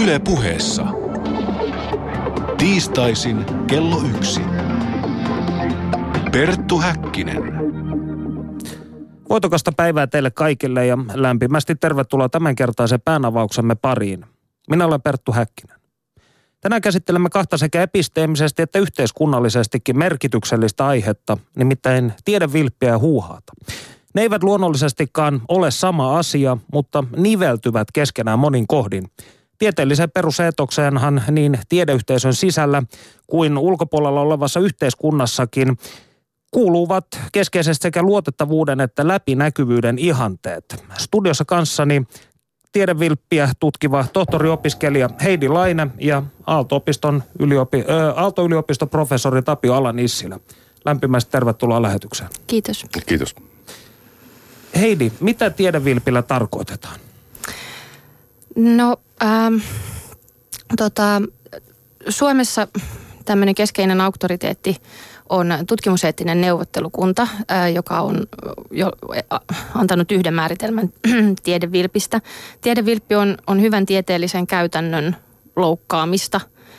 Yle Puheessa. Tiistaisin kello 1. Perttu Häkkinen. Voitokasta päivää teille kaikille ja lämpimästi tervetuloa tämänkertaisen päänavauksemme pariin. Minä olen Perttu Häkkinen. Tänään käsittelemme kahta sekä episteemisesti että yhteiskunnallisestikin merkityksellistä aihetta, nimittäin tiedevilppiä ja huuhaata. Ne eivät luonnollisestikaan ole sama asia, mutta niveltyvät keskenään monin kohdin. Tieteellisen peruseetokseenhan niin tiedeyhteisön sisällä kuin ulkopuolella olevassa yhteiskunnassakin kuuluvat keskeisesti sekä luotettavuuden että läpinäkyvyyden ihanteet. Studiossa kanssani tiedevilppiä tutkiva tohtoriopiskelija Heidi Laine ja Aalto-yliopiston professori Tapio Ala-Nissilä. Lämpimästi tervetuloa lähetykseen. Kiitos. Kiitos. Heidi, mitä tiedevilpillä tarkoitetaan? No, Suomessa tämmöinen keskeinen auktoriteetti on tutkimuseettinen neuvottelukunta, joka on jo antanut yhden määritelmän tiedevilpistä. Tiedevilppi on hyvän tieteellisen käytännön loukkaamista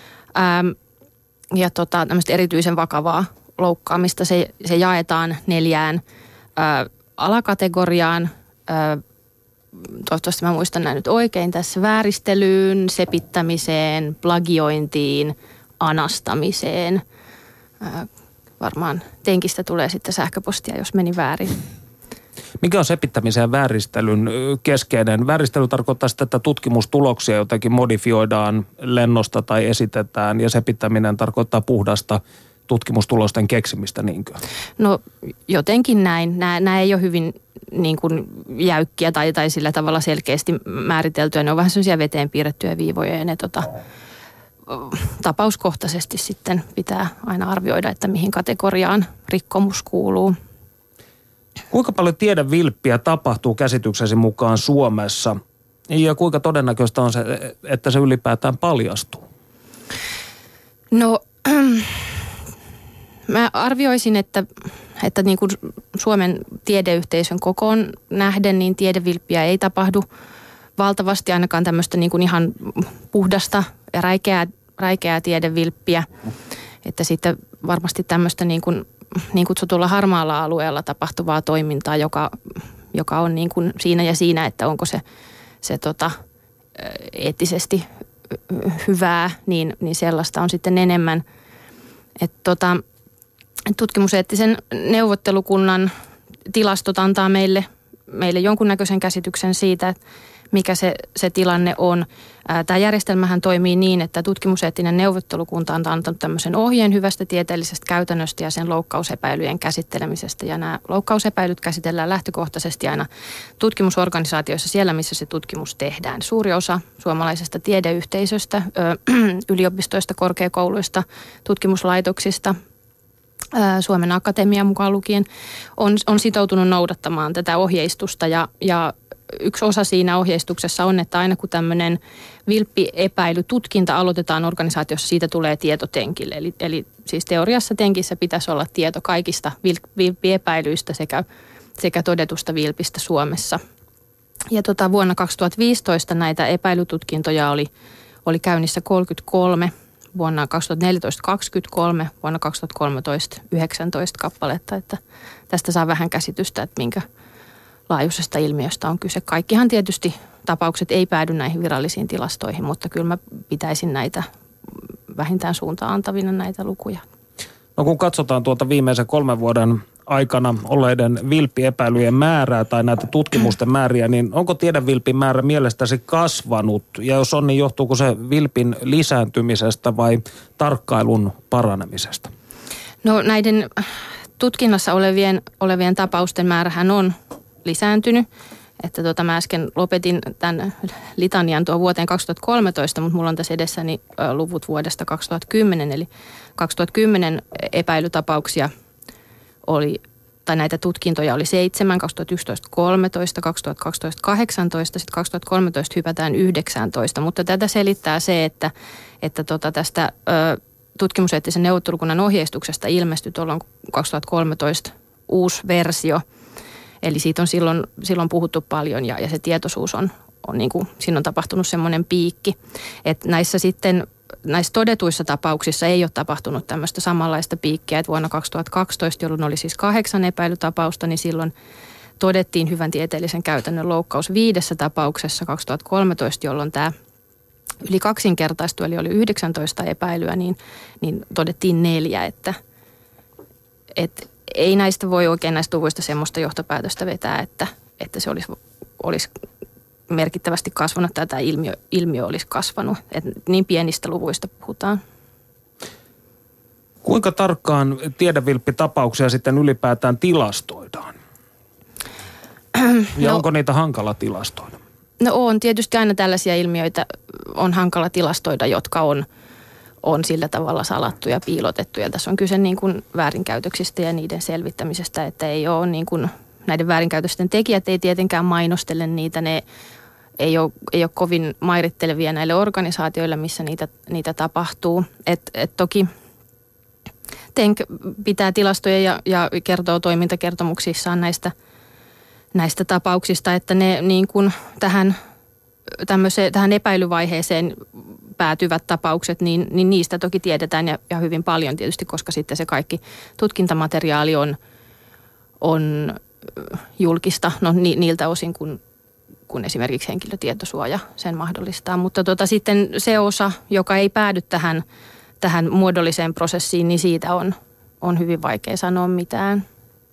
ja tämmöistä erityisen vakavaa loukkaamista. Se jaetaan 4 alakategoriaan. Toivottavasti mä muistan näin nyt oikein tässä: vääristelyyn, sepittämiseen, plagiointiin, anastamiseen. Varmaan tenkistä tulee sitten sähköpostia, jos meni väärin. Mikä on sepittämisen ja vääristelyn keskeinen? Vääristely tarkoittaa sitä, että tutkimustuloksia jotenkin modifioidaan lennosta tai esitetään, ja sepittäminen tarkoittaa puhdasta tutkimustulosten keksimistä, niinkö? No jotenkin näin. Nämä ei ole hyvin niin kuin jäykkiä tai sillä tavalla selkeästi määriteltyä. Ne on vähän sellaisia veteen piirrettyjä viivoja, ja ne tapauskohtaisesti sitten pitää aina arvioida, että mihin kategoriaan rikkomus kuuluu. Kuinka paljon tiedevilppiä tapahtuu käsityksesi mukaan Suomessa, ja kuinka todennäköistä on se, että se ylipäätään paljastuu? No, mä arvioisin, että niin kuin Suomen tiedeyhteisön kokoon nähden, niin tiedevilppiä ei tapahdu valtavasti, ainakaan tämmöistä niin kuin ihan puhdasta ja räikeää tiedevilppiä. Että sitten varmasti tämmöistä niin kutsutulla harmaalla alueella tapahtuvaa toimintaa, joka on niin kuin siinä ja siinä, että onko se eettisesti hyvää, niin sellaista on sitten enemmän. Että tutkimuseettisen neuvottelukunnan tilastot antaa meille jonkunnäköisen käsityksen siitä, että mikä se tilanne on. Tämä järjestelmähän toimii niin, että tutkimuseettinen neuvottelukunta on antanut tämmöisen ohjeen hyvästä tieteellisestä käytännöstä ja sen loukkausepäilyjen käsittelemisestä. Ja nämä loukkausepäilyt käsitellään lähtökohtaisesti aina tutkimusorganisaatioissa siellä, missä se tutkimus tehdään. Suuri osa suomalaisesta tiedeyhteisöstä, yliopistoista, korkeakouluista, tutkimuslaitoksista, Suomen Akatemia mukaan lukien, on sitoutunut noudattamaan tätä ohjeistusta ja yksi osa siinä ohjeistuksessa on, että aina kun tämmöinen vilppiepäilytutkinta aloitetaan organisaatiossa, siitä tulee tieto tenkille. Eli siis teoriassa tenkissä pitäisi olla tieto kaikista vilppiepäilyistä sekä todetusta vilpistä Suomessa. Ja vuonna 2015 näitä epäilytutkintoja oli käynnissä 33, vuonna 2014 23, vuonna 2013 19 kappaletta. Että tästä saa vähän käsitystä, että minkä laajuisesta ilmiöstä on kyse. Kaikkihan tietysti tapaukset ei päädy näihin virallisiin tilastoihin, mutta kyllä mä pitäisin näitä vähintään suuntaan antavina näitä lukuja. No kun katsotaan tuota viimeisen 3 vuoden aikana olleiden vilppiepäilyjen määrää tai näitä tutkimusten määriä, niin onko tiedevilpin määrä mielestäsi kasvanut? Ja jos on, niin johtuuko se vilpin lisääntymisestä vai tarkkailun paranemisesta? No näiden tutkinnassa olevien tapausten määrähän on lisääntynyt. Että mä äsken lopetin tämän litanian vuoteen 2013, mutta mulla on tässä edessäni luvut vuodesta 2010. Eli 2010 epäilytapauksia oli, tai näitä tutkintoja oli 7, 2011 13, 2012 18, sitten 2013 hypätään 19. Mutta tätä selittää se, että tästä tutkimuseettisen neuvottelukunnan ohjeistuksesta ilmestyi tuolloin 2013 uusi versio. Eli siitä on silloin puhuttu paljon ja se tietoisuus niin kuin, siinä on tapahtunut semmoinen piikki. Että näissä todetuissa tapauksissa ei ole tapahtunut tämmöistä samanlaista piikkiä, että vuonna 2012, jolloin oli siis 8 epäilytapausta, niin silloin todettiin hyvän tieteellisen käytännön loukkaus 5 tapauksessa. 2013, jolloin tämä yli kaksinkertaistui, eli oli 19 epäilyä, niin todettiin 4, että ei näistä voi oikein näistä luvuista semmoista johtopäätöstä vetää, että se olisi merkittävästi kasvanut tai tämä ilmiö olisi kasvanut. Että niin pienistä luvuista puhutaan. Kuinka tarkkaan tiedevilppitapauksia sitten ylipäätään tilastoidaan? Ja onko niitä hankala tilastoida? No on. Tietysti aina tällaisia ilmiöitä on hankala tilastoida, jotka on sillä tavalla salattu ja piilotettu. Ja tässä on kyse niin kuin väärinkäytöksistä ja niiden selvittämisestä, että ei ole niin kuin, näiden väärinkäytösten tekijät ei tietenkään mainostele niitä. Ne ei ole kovin mairittelevia näille organisaatioille, missä niitä tapahtuu. Toki TENK pitää tilastoja ja kertoo toimintakertomuksissaan näistä tapauksista, että ne niin kuin tähän epäilyvaiheeseen päätyvät tapaukset, niin niistä toki tiedetään ja hyvin paljon tietysti, koska sitten se kaikki tutkintamateriaali on julkista, no niiltä osin kun esimerkiksi henkilötietosuoja sen mahdollistaa. Mutta sitten se osa, joka ei päädy tähän muodolliseen prosessiin, niin siitä on hyvin vaikea sanoa mitään.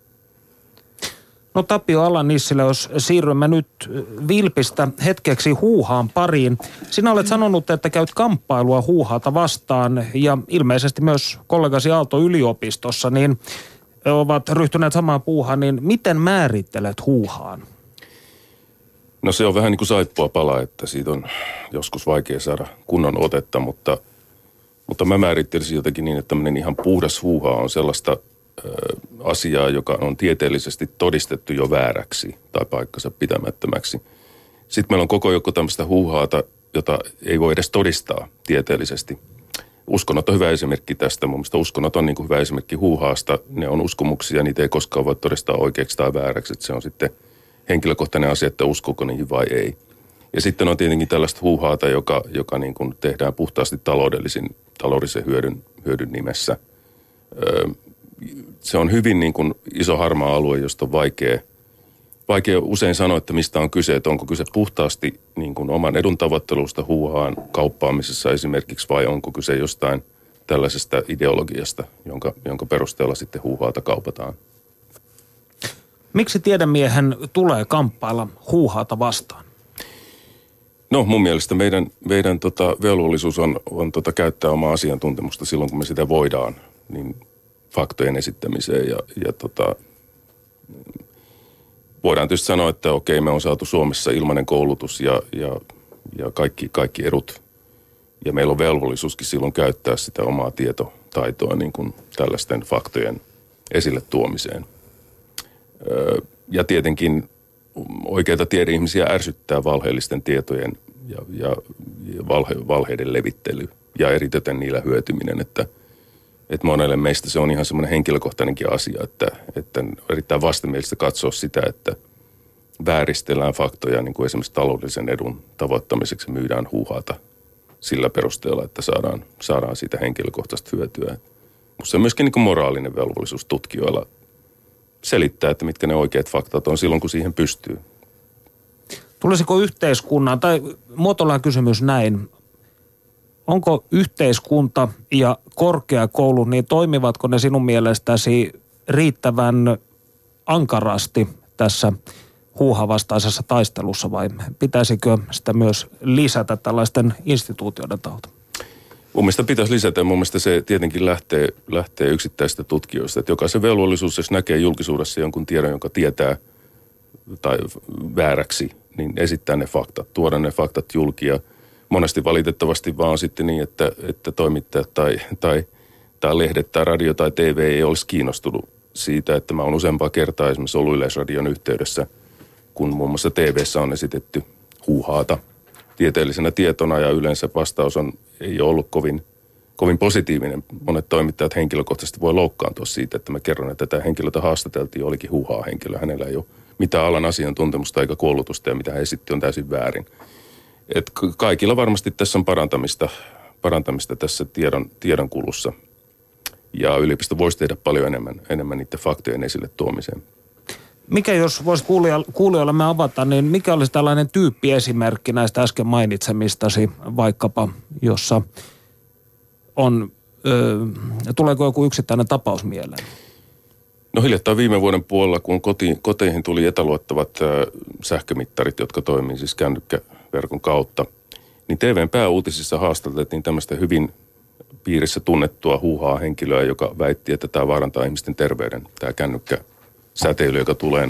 No Tapio Ala-Nissilä, jos siirrymme nyt vilpistä hetkeksi huuhaan pariin. Sinä olet sanonut, että käyt kamppailua huuhaata vastaan ja ilmeisesti myös kollegasi Aalto-yliopistossa niin ovat ryhtyneet samaan puuhaan, niin miten määrittelet huuhaan? No se on vähän niin kuin saippua pala, että siitä on joskus vaikea saada kunnon otetta, mutta mä määrittelisin jotenkin niin, että tämmöinen ihan puhdas huuhaa on sellaista asiaa, joka on tieteellisesti todistettu jo vääräksi tai paikkansa pitämättömäksi. Sitten meillä on koko joukko tämmöistä huuhaata, jota ei voi edes todistaa tieteellisesti. Uskonnot on hyvä esimerkki tästä. Mun mielestä uskonnot on niin kuin hyvä esimerkki huuhaasta. Ne on uskomuksia, niitä ei koskaan voi todistaa oikeaksi tai vääräksi. Se on sitten henkilökohtainen asia, että uskoako niihin vai ei. Ja sitten on tietenkin tällaista huuhaata, joka niin kuin tehdään puhtaasti taloudellisen hyödyn nimessä. Se on hyvin niin kuin iso harmaa alue, josta on vaikea usein sanoa, että mistä on kyse. Että onko kyse puhtaasti niin kuin oman edun tavoittelusta huuhaan kauppaamisessa esimerkiksi vai onko kyse jostain tällaisesta ideologiasta, jonka perusteella sitten huuhaata kaupataan. Miksi tiedemiehen tulee kamppailla huuhaata vastaan? No mun mielestä meidän velvollisuus on käyttää omaa asiantuntemusta silloin, kun me sitä voidaan, niin faktojen esittämiseen ja voidaan tietysti sanoa, että okei, me on saatu Suomessa ilmainen koulutus ja kaikki edut ja meillä on velvollisuuskin silloin käyttää sitä omaa tietotaitoa niin kuin tällaisten faktojen esille tuomiseen. Ja tietenkin oikeita tiedeihmisiä ärsyttää valheellisten tietojen ja valheiden levittely ja eritoten niillä hyötyminen, että monelle meistä se on ihan semmoinen henkilökohtainenkin asia, että on erittäin vastenmielistä katsoa sitä, että vääristellään faktoja niin kuin esimerkiksi taloudellisen edun tavoittamiseksi myydään huuhaata sillä perusteella, että saadaan siitä henkilökohtaista hyötyä. Mutta se on myöskin niin kuin moraalinen velvollisuus tutkijoilla selittää, että mitkä ne oikeat faktat on silloin, kun siihen pystyy. Tulisiko yhteiskunnan, tai muotoillaan kysymys näin, onko yhteiskunta ja korkeakoulu, niin toimivatko ne sinun mielestäsi riittävän ankarasti tässä huuhavastaisessa taistelussa vai pitäisikö sitä myös lisätä tällaisten instituutioiden taholta? Mun mielestä pitäisi lisätä. Mun mielestä se tietenkin lähtee yksittäisistä tutkijoista. Että jokaisen velvollisuus, jos näkee julkisuudessa jonkun tiedon, jonka tietää tai vääräksi, niin esittää ne faktat, tuoda ne faktat julki. Ja monesti valitettavasti vaan sitten niin, että toimittajat tai lehdet tai radio tai TV ei olisi kiinnostunut siitä, että mä oon useampaa kertaa esimerkiksi ollut Yleisradion yhteydessä, kun muun muassa TV:ssä on esitetty huuhaata tieteellisenä tietona ja yleensä vastaus ei ole ollut kovin positiivinen. Monet toimittajat henkilökohtaisesti voi loukkaantua siitä, että mä kerron, että tämä henkilötä haastateltiin olikin huuhaa henkilö. Hänellä ei ole mitään alan asiantuntemusta eikä koulutusta ja mitä he esitti on täysin väärin. Et kaikilla varmasti tässä on parantamista tässä tiedonkulussa ja yliopisto voisi tehdä paljon enemmän niiden faktojen esille tuomiseen. Mikä, jos voisi kuulijoillemme avata, niin mikä olisi tällainen tyyppiesimerkki näistä äsken mainitsemistasi vaikkapa, jossa on, tuleeko joku yksittäinen tapaus mieleen? No hiljattain viime vuoden puolella, kun koteihin tuli etäluettavat sähkömittarit, jotka toimii siis kännykkäverkon kautta, niin TV:n pääuutisissa haastateltiin tämmöistä hyvin piirissä tunnettua huuhaa henkilöä, joka väitti, että tämä vaarantaa ihmisten terveyden, tämä kännykkäsäteily, joka tulee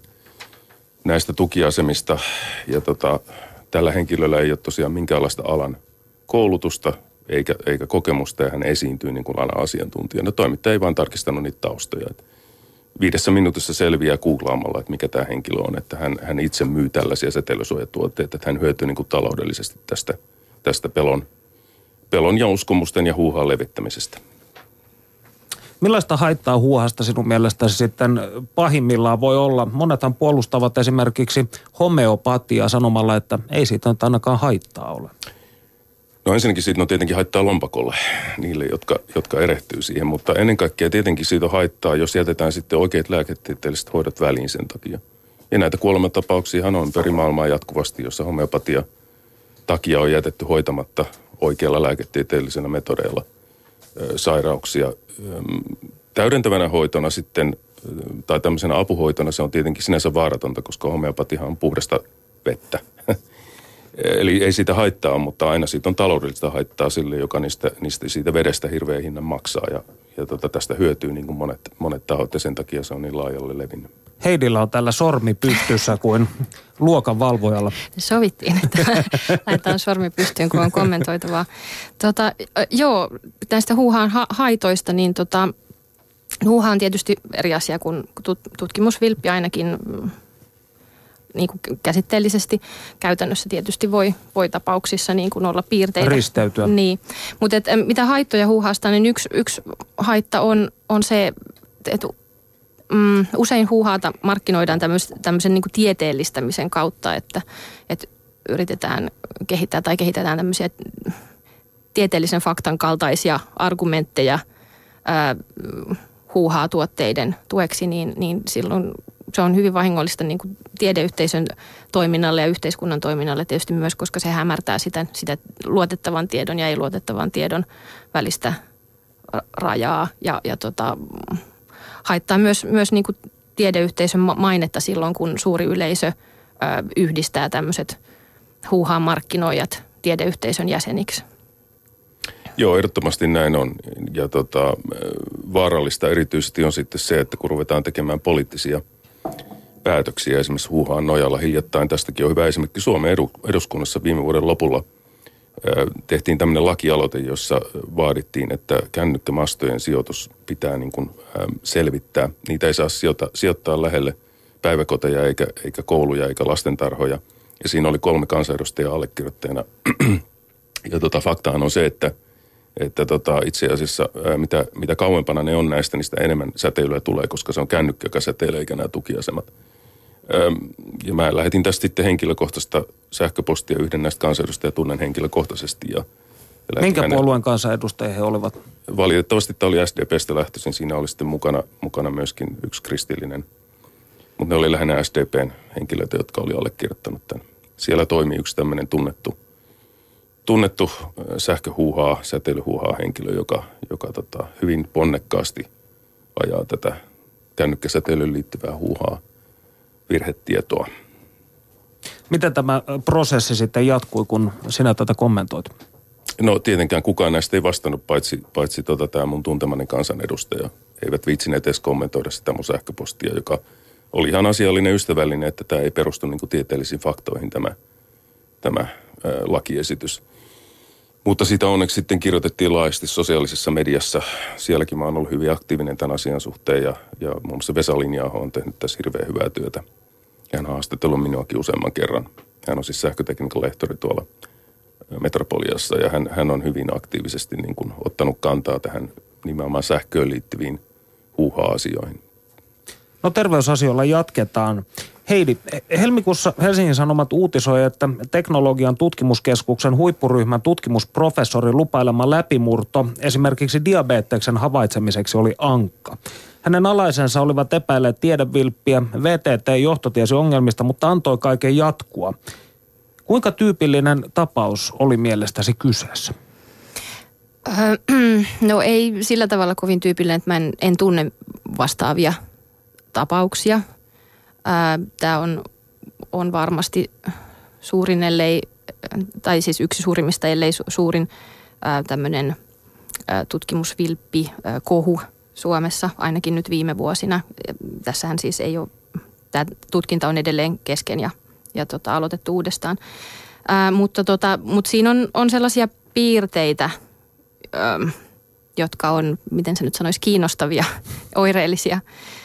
näistä tukiasemista. Ja tällä henkilöllä ei ole tosiaan minkäänlaista alan koulutusta eikä kokemusta, ja hän esiintyy niin kuin alan asiantuntijana. Toimittaja ei vaan tarkistanut niitä taustoja. 5 minuutissa selviää googlaamalla, että mikä tämä henkilö on, että hän itse myy tällaisia säteilysuojatuotteita, että hän hyötyy niin kuin taloudellisesti tästä pelon ja uskomusten ja huuhaan levittämisestä. Millaista haittaa huuhasta sinun mielestäsi sitten pahimmillaan voi olla? Monethan puolustavat esimerkiksi homeopatiaa sanomalla, että ei siitä nyt ainakaan haittaa ole. No ensinnäkin siitä on tietenkin haittaa lompakolle niille, jotka erehtyy siihen, mutta ennen kaikkea tietenkin siitä on haittaa, jos jätetään sitten oikeat lääketieteelliset hoidot väliin sen takia. Ja näitä kuolemantapauksiahan on ympäri maailmaa jatkuvasti, jossa homeopatia takia on jätetty hoitamatta oikealla lääketieteellisellä metodeilla sairauksia. Täydentävänä hoitona sitten, tai tämmöisenä apuhoitona se on tietenkin sinänsä vaaratonta, koska homeopatiahan on puhdasta vettä. Eli ei siitä haittaa, mutta aina siitä on taloudellista haittaa sille, joka siitä vedestä hirveän hinnan maksaa. Ja tästä hyötyy niin kuin monet tahot, ja sen takia se on niin laajalle levinnyt. Heidillä on tällä sormi pystyssä kuin luokan valvojalla. Sovittiin, että laitetaan sormi pystyyn, kun on kommentoitavaa. Joo, näistä huuhaan haitoista, niin huuha on tietysti eri asia kuin tutkimusvilppi ainakin niin kuin käsitteellisesti. Käytännössä tietysti voi tapauksissa niin kuin olla piirteitä. Risteytyä. Niin, mutta mitä haittoja huuhaasta, niin yksi haitta on se, että usein huuhaata markkinoidaan tämmöisen niin kuin tieteellistämisen kautta, että yritetään kehitetään tämmöisiä tieteellisen faktan kaltaisia argumentteja huuhaa tuotteiden tueksi, niin silloin se on hyvin vahingollista niin kuin tiedeyhteisön toiminnalle ja yhteiskunnan toiminnalle tietysti myös, koska se hämärtää sitä luotettavan tiedon ja ei-luotettavan tiedon välistä rajaa ja haittaa myös niin kuin tiedeyhteisön mainetta silloin, kun suuri yleisö yhdistää tämmöiset huuhaan markkinoijat tiedeyhteisön jäseniksi. Joo, ehdottomasti näin on. Ja vaarallista erityisesti on sitten se, että kun ruvetaan tekemään poliittisia päätöksiä esimerkiksi huuhaan nojalla, hiljattain tästäkin on hyvä esimerkki Suomen eduskunnassa viime vuoden lopulla tehtiin tämmöinen lakialoite, jossa vaadittiin, että kännykkämastojen sijoitus pitää niin kuin selvittää. Niitä ei saa sijoittaa lähelle päiväkoteja eikä kouluja eikä lastentarhoja. Ja siinä oli 3 kansanedustajaa allekirjoittajana. Ja faktahan on se, että itse asiassa mitä kauempana ne on näistä, niistä enemmän säteilyä tulee, koska se on kännykkä, joka säteilee, eikä nämä tukiasemat. Ja mä lähetin tästä sitten henkilökohtaista sähköpostia yhden näistä kansanedustajia tunnen henkilökohtaisesti. Minkä puolueen kansanedustajia he olivat? Valitettavasti tämä oli SDP:stä lähtöisin. Siinä oli sitten mukana myöskin yksi kristillinen. Mutta ne oli lähinnä SDP:n henkilöitä, jotka oli allekirjoittanut tämän. Siellä toimii yksi tämmöinen tunnettu säteilyhuuhaa henkilö, joka hyvin ponnekkaasti ajaa tätä kännykkäsäteilyyn liittyvää huuhaa virhetietoa. Miten tämä prosessi sitten jatkui, kun sinä tätä kommentoit? No tietenkään kukaan näistä ei vastannut, paitsi tämä mun tuntemani kansanedustaja. Eivät viitsineet edes kommentoida sitä mun sähköpostia, joka oli ihan asiallinen, ystävällinen, että tämä ei perustu niin kuin tieteellisiin faktoihin tämä lakiesitys. Mutta siitä onneksi sitten kirjoitettiin laajasti sosiaalisessa mediassa. Sielläkin mä oon ollut hyvin aktiivinen tämän asian suhteen ja muun muassa Vesa Linja-aho on tehnyt tässä hirveän hyvää työtä. Hän on haastatellut minuakin useamman kerran. Hän on siis sähkötekniikan lehtori tuolla Metropoliassa ja hän on hyvin aktiivisesti niin kuin ottanut kantaa tähän nimenomaan sähköön liittyviin huuhaa-asioihin. No terveysasioilla jatketaan. Heidi, helmikuussa Helsingin Sanomat uutisoi, että teknologian tutkimuskeskuksen huippuryhmän tutkimusprofessori lupailema läpimurto esimerkiksi diabeteksen havaitsemiseksi oli ankka. Hänen alaisensa olivat epäilleet tiedevilppiä, VTT johto tiesi ongelmista, mutta antoi kaiken jatkua. Kuinka tyypillinen tapaus oli mielestäsi kyseessä? No ei sillä tavalla kovin tyypillinen, että mä en tunne vastaavia tapauksia. Tämä on varmasti suurin, tai siis yksi suurimmista, ellei suurin tämmöinen tutkimusvilppi kohu Suomessa, ainakin nyt viime vuosina. Tässähän siis ei ole, tämä tutkinta on edelleen kesken ja aloitettu uudestaan. Mutta siinä on sellaisia piirteitä, jotka on, miten se nyt sanoisi, kiinnostavia, oireellisia.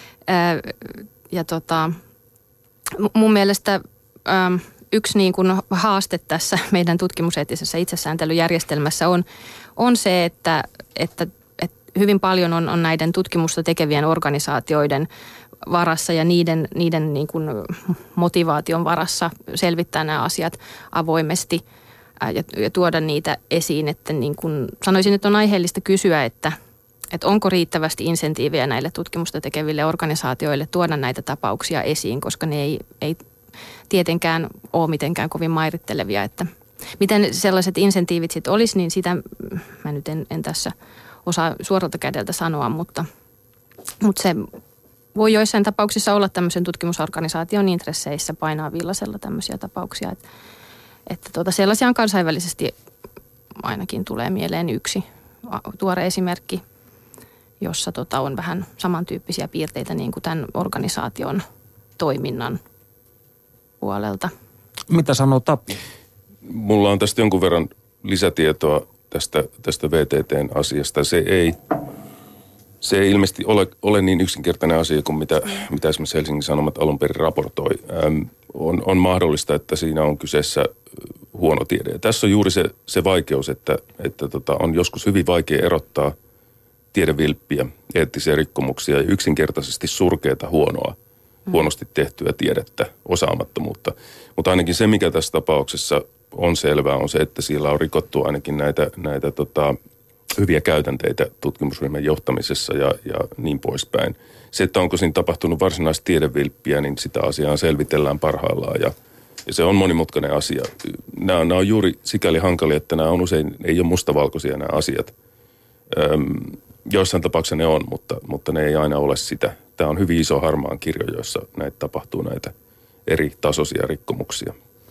Mun mielestä yksi niin kuin haaste tässä meidän tutkimuseettisessä itsesääntelyjärjestelmässä on se, että hyvin paljon on näiden tutkimusta tekevien organisaatioiden varassa ja niiden niin kuin motivaation varassa selvittää nämä asiat avoimesti ja tuoda niitä esiin. Että niin kuin sanoisin, että on aiheellista kysyä, että onko riittävästi insentiivejä näille tutkimusta tekeville organisaatioille tuoda näitä tapauksia esiin, koska ne ei tietenkään ole mitenkään kovin mairittelevia. Että miten sellaiset insentiivit sitten olisi, niin sitä mä nyt en tässä osaa suoralta kädeltä sanoa, mutta se voi joissain tapauksissa olla tämmöisen tutkimusorganisaation intresseissä painaa villasella tämmöisiä tapauksia. Että sellaisia on kansainvälisesti ainakin tulee mieleen yksi tuore esimerkki, jossa on vähän samantyyppisiä piirteitä niin kuin tämän organisaation toiminnan puolelta. Mitä sanoo Tapio? Mulla on tästä jonkun verran lisätietoa tästä VTT:n asiasta. Se ei ilmeisesti ole niin yksinkertainen asia kuin mitä esimerkiksi Helsingin Sanomat alun perin raportoi. On mahdollista, että siinä on kyseessä huono tiede. Ja tässä on juuri se vaikeus, että on joskus hyvin vaikea erottaa tiedevilppiä, eettisiä rikkomuksia ja yksinkertaisesti surkeata huonosti tehtyä tiedettä, osaamattomuutta. Mutta ainakin se, mikä tässä tapauksessa on selvää, on se, että siellä on rikottu ainakin näitä hyviä käytänteitä tutkimusryhmän johtamisessa ja niin poispäin. Se, että onko siinä tapahtunut varsinaista tiedevilppiä, niin sitä asiaa selvitellään parhaillaan ja se on monimutkainen asia. Nämä on juuri sikäli hankalia, että nämä on usein, ei ole mustavalkoisia nämä asiat. Joissain tapauksissa ne on, mutta ne ei aina ole sitä. Tämä on hyvin iso harmaan kirjo, jossa näitä tapahtuu näitä eri tasoisia rikkomuksia.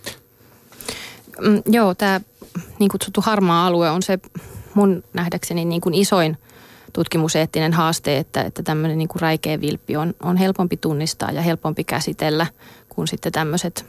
Joo, tämä niin kutsuttu harmaa alue on se mun nähdäkseni niin kuin isoin tutkimuseettinen haaste, että tämmöinen niin kuin räikeä vilppi on helpompi tunnistaa ja helpompi käsitellä kuin sitten tämmöiset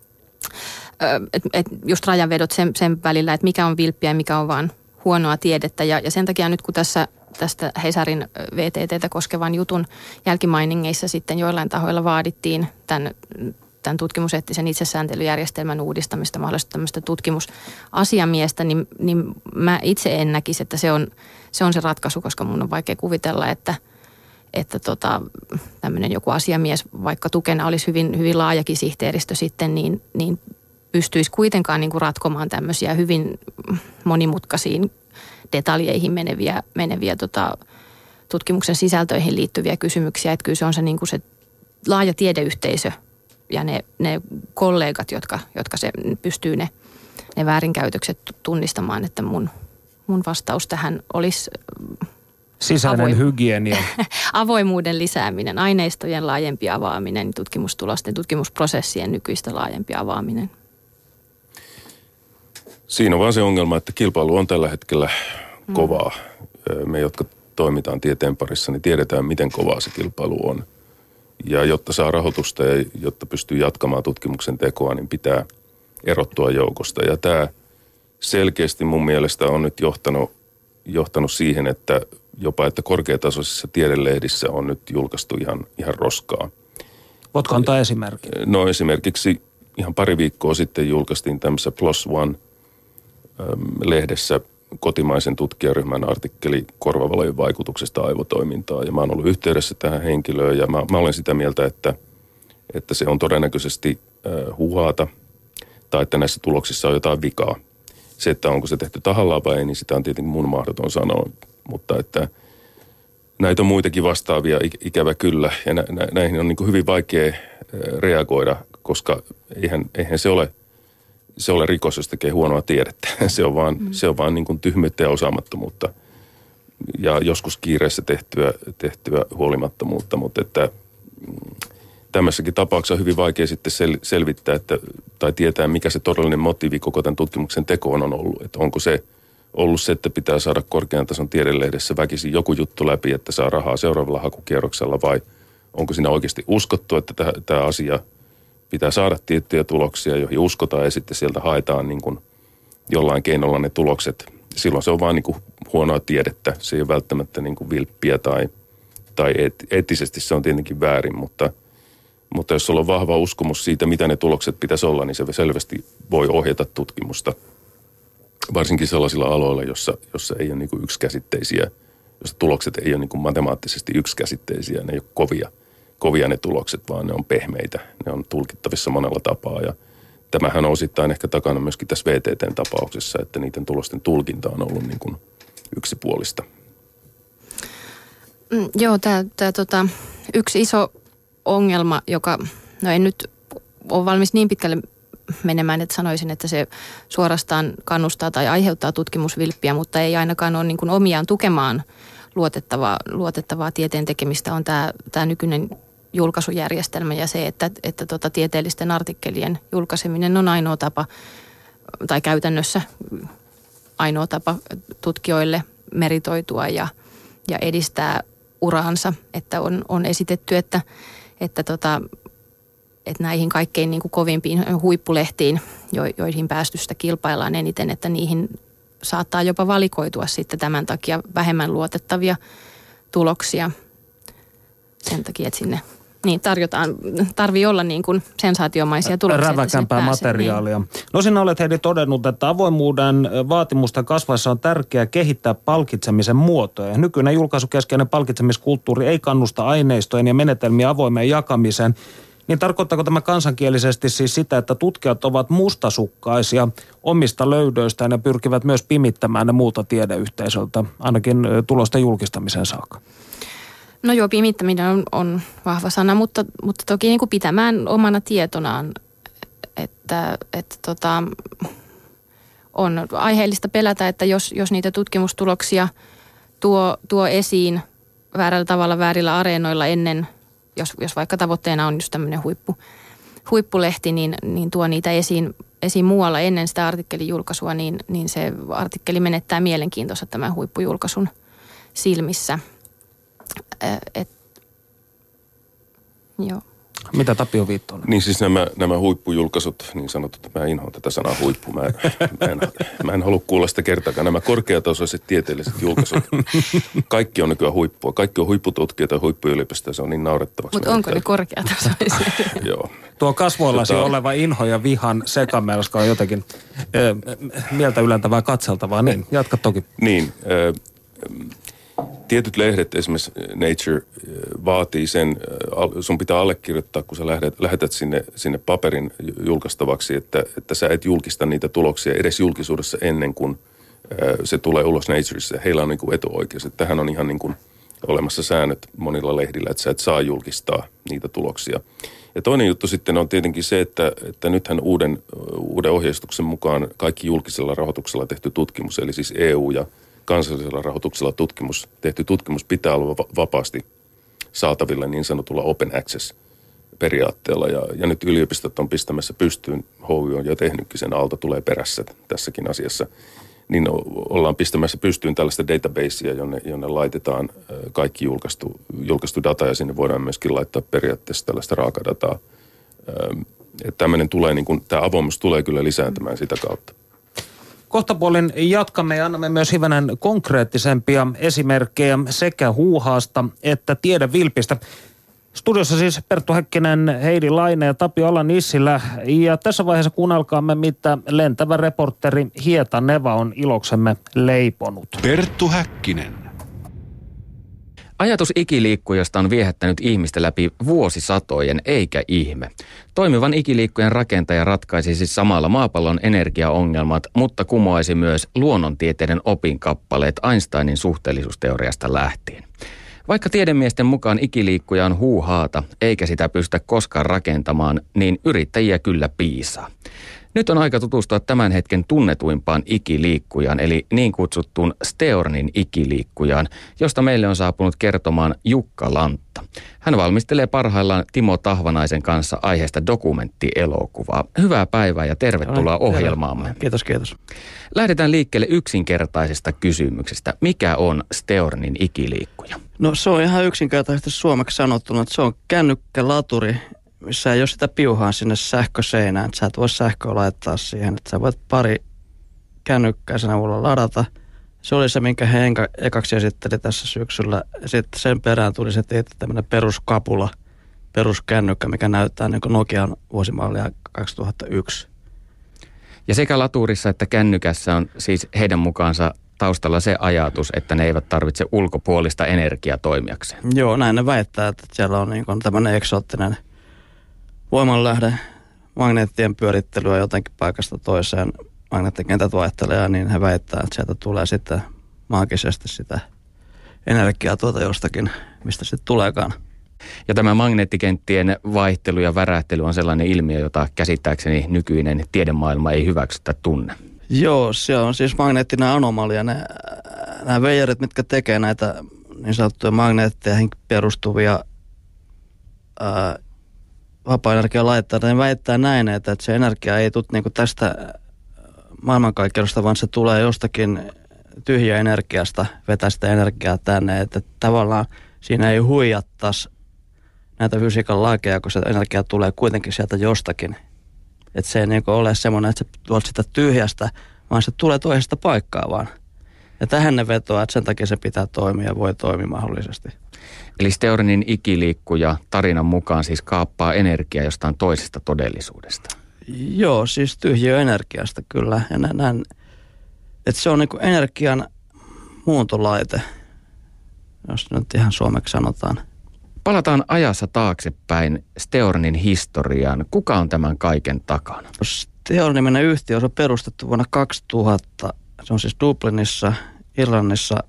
just rajanvedot sen välillä, että mikä on vilppiä ja mikä on vaan huonoa tiedettä. Ja sen takia nyt kun tästä Hesarin VTT:tä koskevan jutun jälkimainingeissa sitten joillain tahoilla vaadittiin tämän tutkimuseettisen itsesääntelyjärjestelmän uudistamista, mahdollisesti tämmöistä tutkimusasiamiestä, niin mä itse en näkisi, että se on se ratkaisu, koska mun on vaikea kuvitella, että tämmöinen joku asiamies, vaikka tukena olisi hyvin, hyvin laajakin sihteeristö sitten, niin pystyisi kuitenkaan niin kuin ratkomaan tämmöisiä hyvin monimutkaisiin detaljeihin meneviä tutkimuksen sisältöihin liittyviä kysymyksiä. Että kyllä se on se, niin kuin se laaja tiedeyhteisö ja ne kollegat, jotka se pystyy ne väärinkäytökset tunnistamaan, että mun vastaus tähän olisi sisäinen hygienia. Avoimuuden lisääminen, aineistojen laajempi avaaminen, tutkimustulosten, tutkimusprosessien nykyistä laajempi avaaminen. Siinä on vaan se ongelma, että kilpailu on tällä hetkellä kovaa. Me, jotka toimitaan tieteen parissa, niin tiedetään, miten kovaa se kilpailu on. Ja jotta saa rahoitusta ja jotta pystyy jatkamaan tutkimuksen tekoa, niin pitää erottua joukosta. Ja tämä selkeästi mun mielestä on nyt johtanut siihen, että jopa että korkeatasoisissa tiedelehdissä on nyt julkaistu ihan roskaa. Voitko antaa esimerkki? No esimerkiksi ihan pari viikkoa sitten julkaistiin tämmöisessä PLOS ONE-lehdessä kotimaisen tutkijaryhmän artikkeli korvavalojen vaikutuksesta aivotoimintaan. Ja mä oon ollut yhteydessä tähän henkilöön ja mä olen sitä mieltä, että että se on todennäköisesti huuhaata tai että näissä tuloksissa on jotain vikaa. Se, että onko se tehty tahallaan vai ei, niin sitä on tietenkin mun mahdoton sanoa, mutta että näitä on muitakin vastaavia, ikävä kyllä, ja näihin on niin kuin hyvin vaikea reagoida, koska eihän se ole rikos, jos tekee huonoa tiedettä. Se on vaan niin kuin tyhmyyttä ja osaamattomuutta ja joskus kiireessä tehtyä huolimattomuutta, mutta että tämmöisessäkin tapauksessa on hyvin vaikea sitten selvittää tai tietää, mikä se todellinen motiivi koko tämän tutkimuksen tekoon on ollut. Että onko se ollut se, että pitää saada korkean tason tiedelehdessä väkisin joku juttu läpi, että saa rahaa seuraavalla hakukierroksella, vai onko siinä oikeasti uskottu, että tämä asia pitää saada tiettyjä tuloksia, joihin uskotaan ja sitten sieltä haetaan niin kuin jollain keinolla ne tulokset. Silloin se on vaan niin kuin huonoa tiedettä. Se ei ole välttämättä niin kuin vilppiä tai eettisesti se on tietenkin väärin, mutta jos sulla on vahva uskomus siitä, mitä ne tulokset pitäisi olla, niin se selvästi voi ohjata tutkimusta. Varsinkin sellaisilla aloilla, jossa ei ole niin kuin yksikäsitteisiä, jossa tulokset ei ole niin kuin matemaattisesti yksikäsitteisiä, ne ei ole kovia ne tulokset, vaan ne on pehmeitä, ne on tulkittavissa monella tapaa. Ja tämähän on osittain ehkä takana myöskin tässä VTT:n tapauksessa, että niiden tulosten tulkinta on ollut niin kuin yksipuolista. Joo, tämä yksi iso ongelma, joka, no en nyt ole valmis niin pitkälle menemään, että sanoisin, että se suorastaan kannustaa tai aiheuttaa tutkimusvilppiä, mutta ei ainakaan ole niin kuin omiaan tukemaan luotettavaa tieteen tekemistä, on tämä nykyinen julkaisujärjestelmä ja se, että tieteellisten artikkelien julkaiseminen on ainoa tapa, tai käytännössä ainoa tapa tutkijoille meritoitua ja edistää uraansa, että on esitetty, että näihin kaikkein niin kuin kovimpiin huippulehtiin, joihin päästystä kilpaillaan eniten, että niihin saattaa jopa valikoitua sitten tämän takia vähemmän luotettavia tuloksia sen takia, että sinne tarvii olla niin kuin sensaatiomaisia tuloksia. Räväkämpää materiaalia. Niin. No sinä olet Heidi todennut, että avoimuuden vaatimusten kasvaessa on tärkeää kehittää palkitsemisen muotoja. Nykyinen julkaisukeskeinen palkitsemiskulttuuri ei kannusta aineistojen ja menetelmien avoimeen jakamiseen. Niin tarkoittaako tämä kansankielisesti siis sitä, että tutkijat ovat mustasukkaisia omista löydöistään ja pyrkivät myös pimittämään ne muuta tiedeyhteisöltä, ainakin tulosten julkistamisen saakka? No joo, pimittäminen on vahva sana, mutta toki niin kuin pitämään omana tietonaan, että on aiheellista pelätä, että jos niitä tutkimustuloksia tuo esiin väärällä tavalla väärillä areenoilla ennen, jos vaikka tavoitteena on just tämmöinen huippulehti, niin tuo niitä esiin muualla ennen sitä artikkelin julkaisua, niin se artikkeli menettää mielenkiintoista tämän huippujulkaisun silmissä. Joo. Mitä Tapio viittoo? Niin siis nämä huippujulkaisut, niin sanotut, mä inhoan tätä sanaa huippu. Mä en halua kuulla sitä kertaakaan. Nämä korkeatasoiset tieteelliset julkaisut, kaikki on nykyään huippua. Kaikki on huippututkijoita ja huippuyliopistoja, se on niin naurettavaksi. Mutta onko ne korkeatasoisia? Joo. Tuo kasvoillasi oleva inho ja vihan sekamelska on jotenkin mieltä ylentävää katseltavaa. Niin, jatka toki. Niin, tietyt lehdet, esimerkiksi Nature, vaatii sen, sun pitää allekirjoittaa, kun sä lähetät sinne paperin julkaistavaksi, että sä et julkista niitä tuloksia edes julkisuudessa ennen kuin se tulee ulos Natureissa. Heillä on niin kuin etuoikeus. Että tähän on ihan niin kuin olemassa säännöt monilla lehdillä, että sä et saa julkistaa niitä tuloksia. Ja toinen juttu sitten on tietenkin se, että nythän uuden ohjeistuksen mukaan kaikki julkisella rahoituksella tehty tutkimus, eli siis EU ja kansallisella rahoituksella tehty tutkimus pitää olla vapaasti saatavilla niin sanotulla open access-periaatteella. Ja nyt yliopistot on pistämässä pystyyn, HY on jo tehnytkin sen, Aalto tulee perässä tässäkin asiassa, niin ollaan pistämässä pystyyn tällaista databasea, jonne laitetaan kaikki julkaistu data ja sinne voidaan myöskin laittaa periaatteessa tällaista raakadataa. Että tämmöinen tulee, niin kuin, tämä avoimuus tulee kyllä lisääntymään sitä kautta. Kohtapuolin jatkamme ja annamme myös hivenen konkreettisempia esimerkkejä sekä huuhaasta että tiedevilpistä. Studiossa siis Perttu Häkkinen, Heidi Laine ja Tapio Ala-Nissilä. Ja tässä vaiheessa kuunnelkaamme, mitä lentävä reporteri Hieta Neva on iloksemme leiponut. Perttu Häkkinen. Ajatus ikiliikkujasta on viehättänyt ihmistä läpi vuosisatojen, eikä ihme. Toimivan ikiliikkujan rakentaja ratkaisisi samalla maapallon energiaongelmat, mutta kumoaisi myös luonnontieteiden opinkappaleet Einsteinin suhteellisuusteoriasta lähtien. Vaikka tiedemiesten mukaan ikiliikkuja on huuhaata, eikä sitä pystytä koskaan rakentamaan, niin yrittäjiä kyllä piisaa. Nyt on aika tutustua tämän hetken tunnetuimpaan ikiliikkujaan, eli niin kutsuttuun Steornin ikiliikkujaan, josta meille on saapunut kertomaan Jukka Lantta. Hän valmistelee parhaillaan Timo Tahvanaisen kanssa aiheesta dokumenttielokuvaa. Hyvää päivää ja tervetuloa ohjelmaamme. Kiitos, kiitos. Lähdetään liikkeelle yksinkertaisesta kysymyksestä. Mikä on Steornin ikiliikkuja? No se on ihan yksinkertaisesti suomeksi sanottuna, että se on kännykkälaturi, missä ei ole sitä piuhaa sinne sähköseinään, että sä et voi sähköä laittaa siihen, että sä voit pari kännykkää sen avulla ladata. Se oli se, minkä he ekaksi esitteli tässä syksyllä. Sitten sen perään tuli se tämmöinen peruskapula, peruskännykkä, mikä näyttää niin kuin Nokian vuosimallia 2001. Ja sekä laturissa että kännykässä on siis heidän mukaansa taustalla se ajatus, että ne eivät tarvitse ulkopuolista energiaa toimijakseen. Joo, näin ne väittää, että siellä on niin kuin tämmöinen eksoottinen voimanlähde, magneettien pyörittelyä jotenkin paikasta toiseen, magneettikentät vaihtelee, niin he väittää, että sieltä tulee sitten maagisesti sitä energiaa jostakin, mistä sitten tuleekaan. Ja tämä magneettikenttien vaihtelu ja värähtely on sellainen ilmiö, jota käsittääkseni nykyinen tiedemaailma ei hyväksytä tunne. Joo, se on siis magneettinen anomalia. Nämä veijarit, mitkä tekee näitä niin sanottuja magneetteihin perustuvia vapaa-energian laitteita, niin väittää näin, että se energia ei tule niin kuin tästä maailmankaikkeudesta, vaan se tulee jostakin tyhjä energiasta, vetää sitä energiaa tänne, että tavallaan siinä ei huijattaisi näitä fysiikan lakeja, kun se energia tulee kuitenkin sieltä jostakin. Että se ei niin kuin ole semmoinen, että se tuolta sitä tyhjästä, vaan se tulee toisesta paikkaa vaan. Ja tähän ne vetoaa, että sen takia se pitää toimia ja voi toimia mahdollisesti. Eli Steornin ikiliikkuja tarinan mukaan siis kaappaa energiaa jostain toisesta todellisuudesta. Joo, siis tyhjiöenergiasta kyllä. Ja että se on niin kuin energian muuntolaite, jos nyt ihan suomeksi sanotaan. Palataan ajassa taaksepäin Steornin historiaan. Kuka on tämän kaiken takana? Steorn-niminen yhtiö on perustettu vuonna 2000. Se on siis Dublinissa, Irlannissa.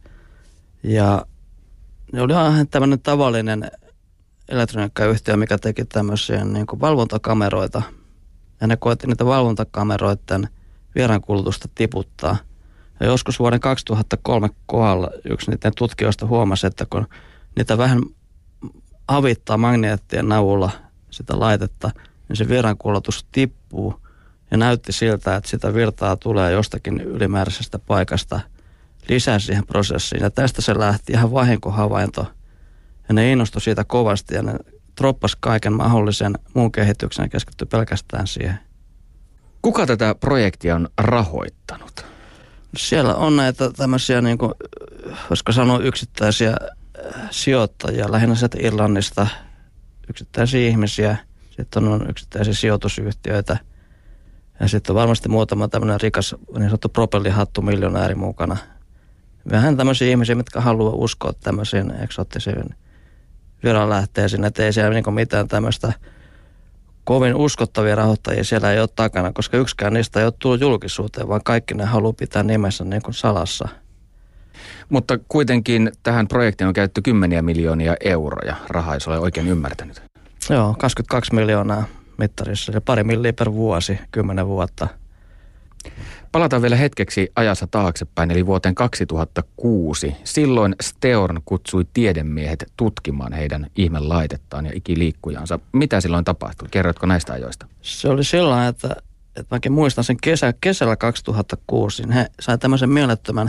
Ja ne oli ihan tämmöinen tavallinen elektroniikkayhtiö, mikä teki tämmöisiä niin kuin valvontakameroita. Ja ne koetti niitä valvontakameroiden vierankulutusta tiputtaa. Ja joskus vuoden 2003 kohdalla yksi niiden tutkijoista huomasi, että kun niitä vähän avittaa magneettien avulla sitä laitetta, niin se vierankulutus tippuu ja näytti siltä, että sitä virtaa tulee jostakin ylimääräisestä paikasta lisää siihen prosessiin. Ja tästä se lähti ihan vahinkohavainto. Ja ne innostui siitä kovasti ja ne droppasi kaiken mahdollisen muun kehityksen ja keskittyi pelkästään siihen. Kuka tätä projektia on rahoittanut? Siellä on näitä tämmöisiä, niin kuin, voisiko sanoa yksittäisiä sijoittajia, lähinnä sieltä Irlannista, yksittäisiä ihmisiä. Sitten on yksittäisiä sijoitusyhtiöitä. Ja sitten on varmasti muutama tämmöinen rikas, niin sanottu propellihattu miljonääri mukana. Vähän tämmöisiä ihmisiä, mitkä haluaa uskoa tämmöisiin eksoottisiin viranlähteisiin, että ei siellä niin mitään tämmöistä kovin uskottavia rahoittajia siellä ei ole takana, koska yksikään niistä ei ole tullut julkisuuteen, vaan kaikki ne haluaa pitää nimessä niin kuin salassa. Mutta kuitenkin tähän projektiin on käytetty 10 miljoonia euroja rahaa, jos olen oikein ymmärtänyt. Joo, 22 miljoonaa mittarissa ja 2 milliä per vuosi, 10 vuotta. Palataan vielä hetkeksi ajassa taaksepäin, eli vuoteen 2006. Silloin Steorn kutsui tiedemiehet tutkimaan heidän ihmelaitettaan ja ikiliikkujansa. Mitä silloin tapahtui? Kerrotko näistä ajoista? Se oli silloin, että mäkin muistan sen kesällä 2006, niin he sai tämmöisen mielettömän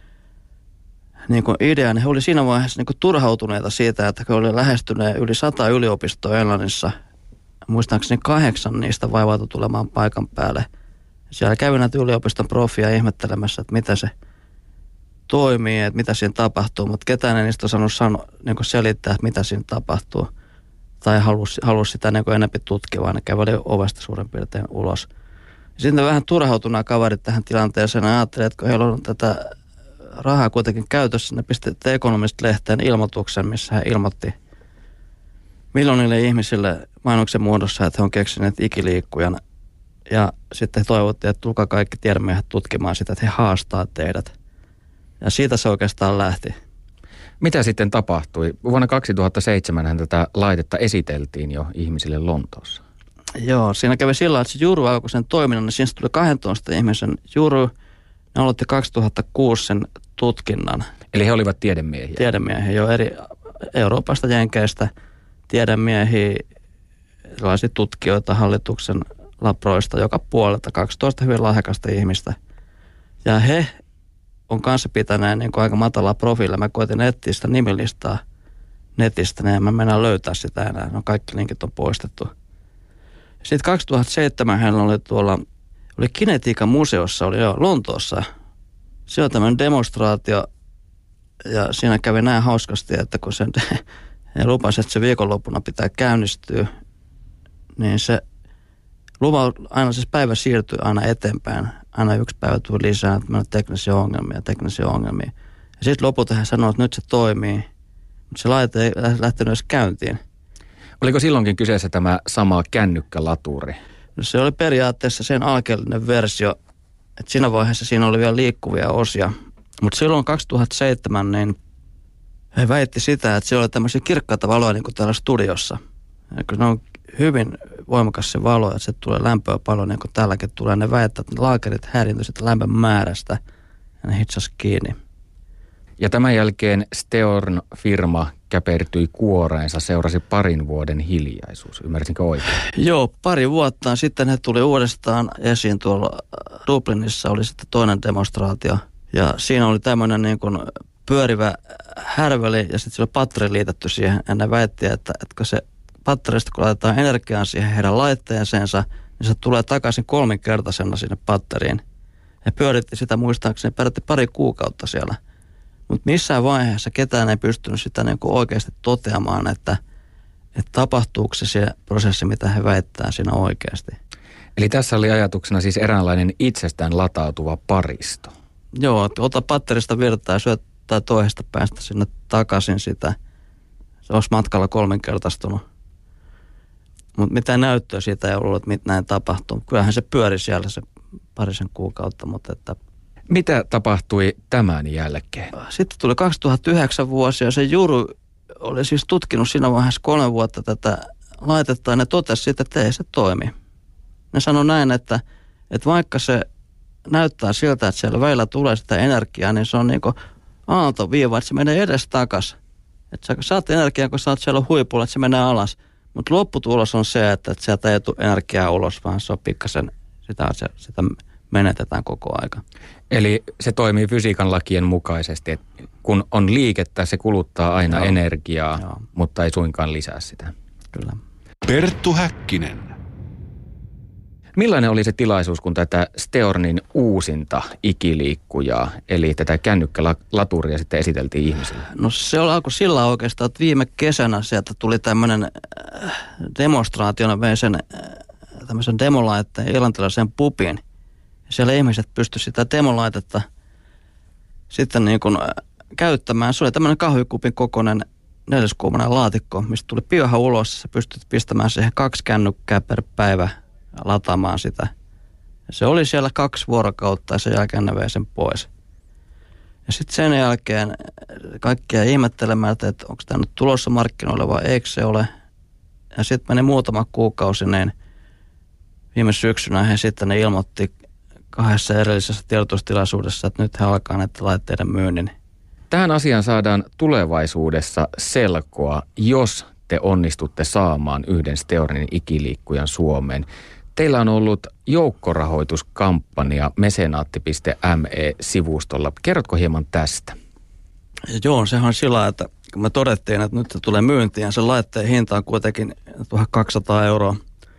niin kuin idean. He oli siinä vaiheessa niin kuin turhautuneita siitä, että he oli lähestyneet yli 100 yliopistoa Englannissa. Muistaakseni 8 niistä vaivautui tulemaan paikan päälle. Siellä kävi näitä yliopiston profia ihmettelemässä, että mitä se toimii, että mitä siinä tapahtuu, mutta ketään ei niistä osannut niin selittää, että mitä siinä tapahtuu. Tai halusi sitä niin enemmän tutkia, vaan ne käveli ovesta suurin piirtein ulos. Ja sitten vähän turhautuneet kaverit tähän tilanteeseen ja ajattelivat, että kun heillä on tätä rahaa kuitenkin käytössä. Ne pisti The Economist-lehteen ilmoituksen, missä hän ilmoitti miljoonille ihmisille mainoksen muodossa, että he on keksineet ikiliikkujan. Ja sitten he toivottiin, että tulkaa kaikki tiedemiehet tutkimaan sitä, että he haastaa teidät. Ja siitä se oikeastaan lähti. Mitä sitten tapahtui? Vuonna 2007 tätä laitetta esiteltiin jo ihmisille Lontoossa. Joo, siinä kävi sillä lailla, että se juuri alkoi sen toiminnan, niin siinä tuli 12 ihmisen juuri. Ne aloitti 2006 sen tutkinnan. Eli he olivat tiedemiehiä? Tiedemiehiä, jo eri Euroopasta, Jenkeistä, tiedemiehiä, erilaisia tutkijoita hallituksen labroista joka puolelta, 12 hyvin lahjakasta ihmistä. Ja he on kanssa pitäneen niin aika matalaa profiilia. Mä koitin etsiä sitä nimilistaa netistä, niin mä mennään löytää sitä enää. No kaikki linkit on poistettu. Sitten 2007 hän oli Kinetiikan museossa, oli jo Lontoossa. Se on tämmöinen demonstraatio ja siinä kävi näin hauskasti, että kun sen lupasi, että se viikonloppuna pitää käynnistyä, niin se lupa aina siis päivä siirtyi aina eteenpäin. Aina yksi päivä tuli lisää, että meillä on teknisiä ongelmia. Ja sitten lopulta hän sanoi, että nyt se toimii, mutta se laite ei lähtenyt edes käyntiin. Oliko silloinkin kyseessä tämä sama kännykkälaturi? No se oli periaatteessa sen alkeellinen versio, että siinä vaiheessa siinä oli vielä liikkuvia osia. Mutta silloin 2007 niin he väitti sitä, että se oli tämmöisiä kirkkaita valoja niin kuin täällä studiossa. Ja kun ne on hyvin voimakas se valo, että se tulee lämpöä paljon niin kuin täälläkin tulee. Ne väittää, että laakerit häiriintyivät sitä lämpön määrästä ja ne hitsasi kiinni. Ja tämän jälkeen Steorn-firma käpertyi kuoreensa, seurasi parin vuoden hiljaisuus. Ymmärsinkö oikein? Joo, pari vuotta sitten he tuli uudestaan esiin tuolla Dublinissa, oli sitten toinen demonstraatio. Ja siinä oli tämmöinen niin kuin pyörivä härveli ja sitten sillä oli patteri liitetty siihen. Ja ne väitti, että kun se patterista kun laitetaan energiaa siihen heidän laitteeseensa, niin se tulee takaisin 3-kertaisena sinne patteriin. He pyöritti sitä muistaakseni pari kuukautta siellä. Mutta missään vaiheessa ketään ei pystynyt sitä niin kuin oikeasti toteamaan, että tapahtuuko se prosessi, mitä he väittää siinä oikeasti. Eli tässä oli ajatuksena siis eräänlainen itsestään latautuva paristo. Joo, että ota patterista virtaa ja syöttää toisesta päästä sinne takaisin sitä. Se olisi matkalla 3-kertaistunut. Mutta mitään näyttöä siitä ei ollut, että näin tapahtuu. Kyllähän se pyöri siellä se parisen kuukautta, mutta että... Mitä tapahtui tämän jälkeen? Sitten tuli 2009 vuosi ja se Juru oli siis tutkinut siinä vaiheessa 3 vuotta tätä laitetta ja ne totesi sitten, että ei se toimi. Ne sanoi näin, että vaikka se näyttää siltä, että siellä välillä tulee sitä energiaa, niin se on niin kuin aaltoviiva, että se menee edes takas. Että sä saat energiaa, kun sä oot siellä huipulla, että se menee alas. Mutta lopputulos on se, että sieltä ei tule energiaa ulos, vaan se on pikkasen, sitä menetetään koko aika. Eli se toimii fysiikan lakien mukaisesti, että kun on liikettä, se kuluttaa aina energiaa, mutta ei suinkaan lisää sitä. Kyllä. Perttu Häkkinen. Millainen oli se tilaisuus, kun tätä Steornin uusinta ikiliikkujaa, eli tätä kännykkälaturia sitten esiteltiin ihmisille? No se alkoi sillä oikeastaan, että viime kesänä sieltä tuli tämmöinen demonstraationa vei sen tämmöisen demolaitteen irlantilaisen pubin. Siellä ihmiset pystyivät sitä demolaitetta sitten niin kuin käyttämään. Se oli tämmöinen kahvikupin kokoinen 4-kuumainen laatikko, mistä tuli piuha ulos. Sä pystyt pistämään siihen 2 kännykkää per päivä lataamaan sitä. Ja se oli siellä 2 vuorokautta ja sen jälkeen ne vei sen pois. Ja sitten sen jälkeen kaikkia ihmettelemään, että onko tämä nyt tulossa markkinoille vai eikö se ole. Ja sitten meni muutama kuukausi, niin viime syksynä he sitten ne ilmoitti 2 erillisessä tiedotustilaisuudessa, että nyt he alkaa näiden laitteiden myynnin. Tähän asiaan saadaan tulevaisuudessa selkoa, jos te onnistutte saamaan yhden Steornin ikiliikkujan Suomeen. Teillä on ollut joukkorahoituskampanja mesenaatti.me-sivustolla. Kerrotko hieman tästä? Joo, sehän on sillä, että kun me todettiin, että nyt se tulee myyntiin ja sen laitteen hinta on kuitenkin 1200 €.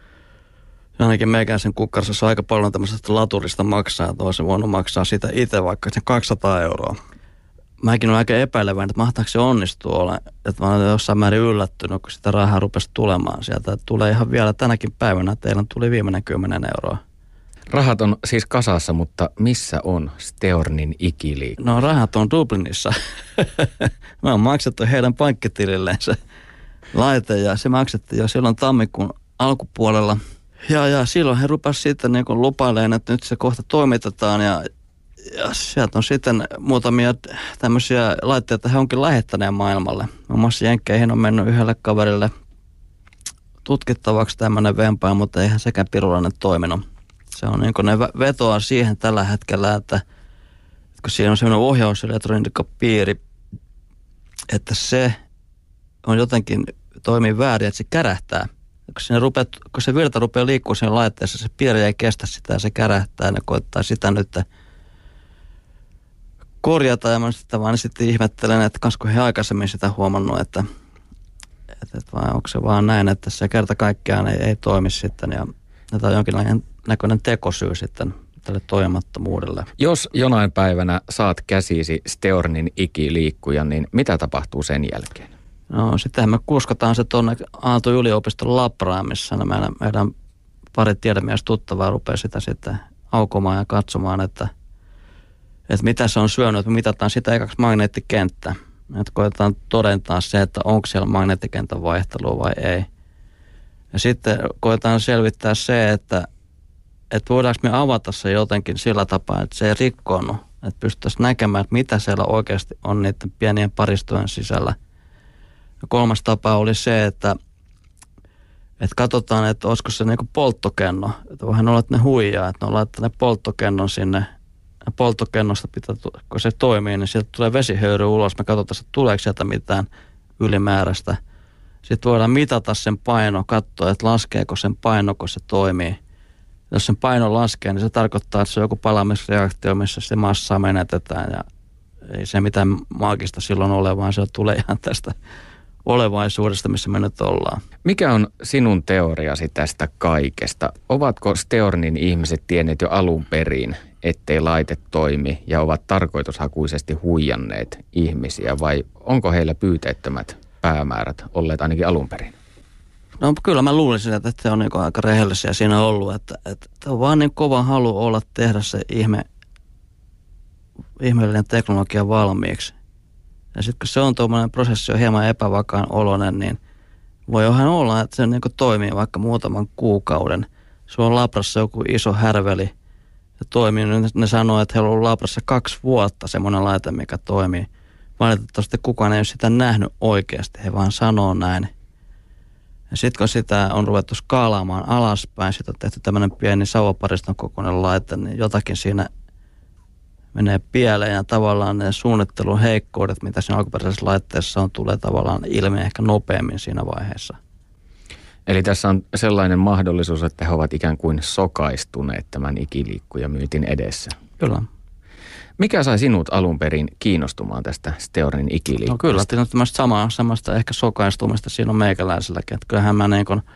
Ainakin meikäisen kukkarossa aika paljon tämmöisestä laturista maksaa, että olisi voinut maksaa sitä itse vaikka sen 200 €. Mäkin olen aika epäilevän, että mahtaako se onnistua olla, että mä olen jossain määrin yllättynyt, kun sitä rahaa rupesi tulemaan sieltä. Tulee ihan vielä tänäkin päivänä, teillä tuli viimeinen 10 €. Rahat on siis kasassa, mutta missä on Steornin ikiliikku? No rahat on Dublinissa. Me on maksettu heidän pankkitililleen se laite ja se maksettiin jo silloin tammikuun alkupuolella. Ja silloin he rupesivat sitten niin lupailemaan, että nyt se kohta toimitetaan ja sieltä on sitten muutamia tämmöisiä laitteita he onkin lähettäneen maailmalle. Muun muassa Jenkkeihin on mennyt yhdelle kaverille tutkittavaksi tämmöinen vempain, mutta eihän sekään pirulainen toiminut. Se on niin kuin ne vetoaa siihen tällä hetkellä, että kun siinä on semmoinen ohjauselektroniikkapiiri, että se on jotenkin toimii väärin, että se kärähtää. Kun se virta rupeaa liikkua siinä laitteessa, se piiri ei kestä sitä ja se kärähtää ja ne koittaa sitä nyt korjata. Ja mä sitä vaan sitten ihmettelen, että kansko he aikaisemmin sitä huomannut, että vai onko se vaan näin, että se kerta kaikkiaan ei toimi sitten ja tämä on jonkinnäköinen tekosyy sitten tälle toimimattomuudelle. Jos jonain päivänä saat käsisi Steornin ikiliikkujan, niin mitä tapahtuu sen jälkeen? No sittenhän me kuskataan se tuonne Aalto-yliopiston labraan, missä meidän pari tiedemies tuttavaa rupeaa sitä sitten aukomaan ja katsomaan, että mitä se on syönyt. Me mitataan sitä ekaksi magneettikenttää. Että koetaan todentaa se, että onko siellä magneettikentän vaihtelua vai ei. Ja sitten koetaan selvittää se, että voidaanko me avata se jotenkin sillä tapaa, että se ei rikkoonnu. Että pystyttäisiin näkemään, että mitä siellä oikeasti on niiden pienien paristojen sisällä. Ja kolmas tapa oli se, että katsotaan, että olisiko se niinku polttokenno. Että voihan olla, että ne huijaa, että ne on laittanut polttokennon sinne. Ja polttokennosta pitää, kun se toimii, niin sieltä tulee vesihöyry ulos. Me katsotaan, että tuleeko sieltä mitään ylimääräistä. Sitten voidaan mitata sen paino, katsoa, että laskeeko sen paino, kun se toimii. Jos sen paino laskee, niin se tarkoittaa, että se on joku palamisreaktio, missä se massaa menetetään. Ja ei se mitään maagista silloin ole, vaan se tulee ihan tästä olevaisuudesta, missä me nyt ollaan. Mikä on sinun teoriasi tästä kaikesta? Ovatko Steornin ihmiset tienneet jo alun perin, ettei laite toimi ja ovat tarkoitushakuisesti huijanneet ihmisiä vai onko heillä pyyteettömät päämäärät olleet ainakin alun perin? No kyllä mä luulisin, että se on niin aika rehellisiä siinä ollut, että on vaan niin kova halu olla tehdä se ihmeellinen teknologia valmiiksi. Ja sitten kun se on tuommoinen prosessi on hieman epävakaan oloinen, niin voi johan olla, että se niin toimii vaikka muutaman kuukauden. Se on labrassa joku iso härveli ja toimii. Ne sanoo, että heillä on ollut labrassa 2 vuotta semmoinen laite, mikä toimii. Valitettavasti kukaan ei ole sitä nähnyt oikeasti, he vaan sanoo näin. Ja sitten kun sitä on ruvettu skaalaamaan alaspäin, sitä on tehty tämmöinen pieni sauvapariston kokoinen laite, niin jotakin siinä menee pieleen ja tavallaan ne suunnittelun heikkoudet, mitä siinä alkuperäisessä laitteessa on, tulee tavallaan ilmi ehkä nopeammin siinä vaiheessa. Eli tässä on sellainen mahdollisuus, että he ovat ikään kuin sokaistuneet tämän ikiliikkujamyytin edessä. Kyllä. Mikä sai sinut alun perin kiinnostumaan tästä Steornin ikiliikkujasta? No kyllä, samasta ehkä sokaistumista siinä on meikäläiselläkin. Että kyllähän mä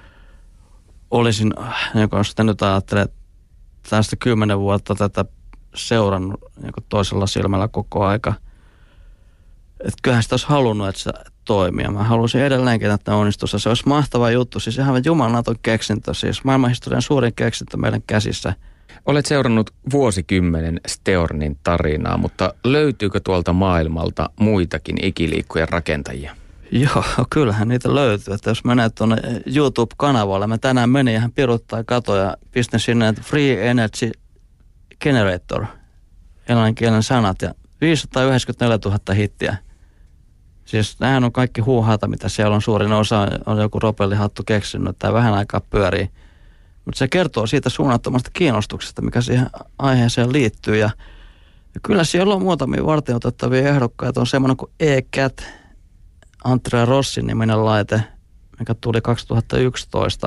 olisin, jos nyt ajattelen, tästä 10 vuotta tätä seurannut toisella silmällä koko aika. Että kyllähän sitä olisi halunnut, että se toimii. Mä haluaisin edelleenkin, että ne onnistuisi. Se olisi mahtava juttu. Siis ihan jumalaton keksintö. Siis maailmanhistorian suurin keksintö meidän käsissä. Olet seurannut vuosikymmenen Steornin tarinaa, mutta löytyykö tuolta maailmalta muitakin ikiliikkujen rakentajia? Joo, kyllähän niitä löytyy. Että jos menee tuonne YouTube-kanavalle, mä tänään menin ihan piruttaa katoa ja pistin sinne Free Energy Generator, englanninkielen sanat, ja 594 000 hittiä. Siis nämähän on kaikki huuhaata, mitä siellä on. Suurin osa on joku ropellihattu keksinyt, että vähän aikaa pyörii. Mutta se kertoo siitä suunnattomasta kiinnostuksesta, mikä siihen aiheeseen liittyy. Ja kyllä siellä on muutamia varteenotettavia ehdokkaita. On semmoinen kuin E-Cat, Andrea Rossin niminen laite, mikä tuli 2011.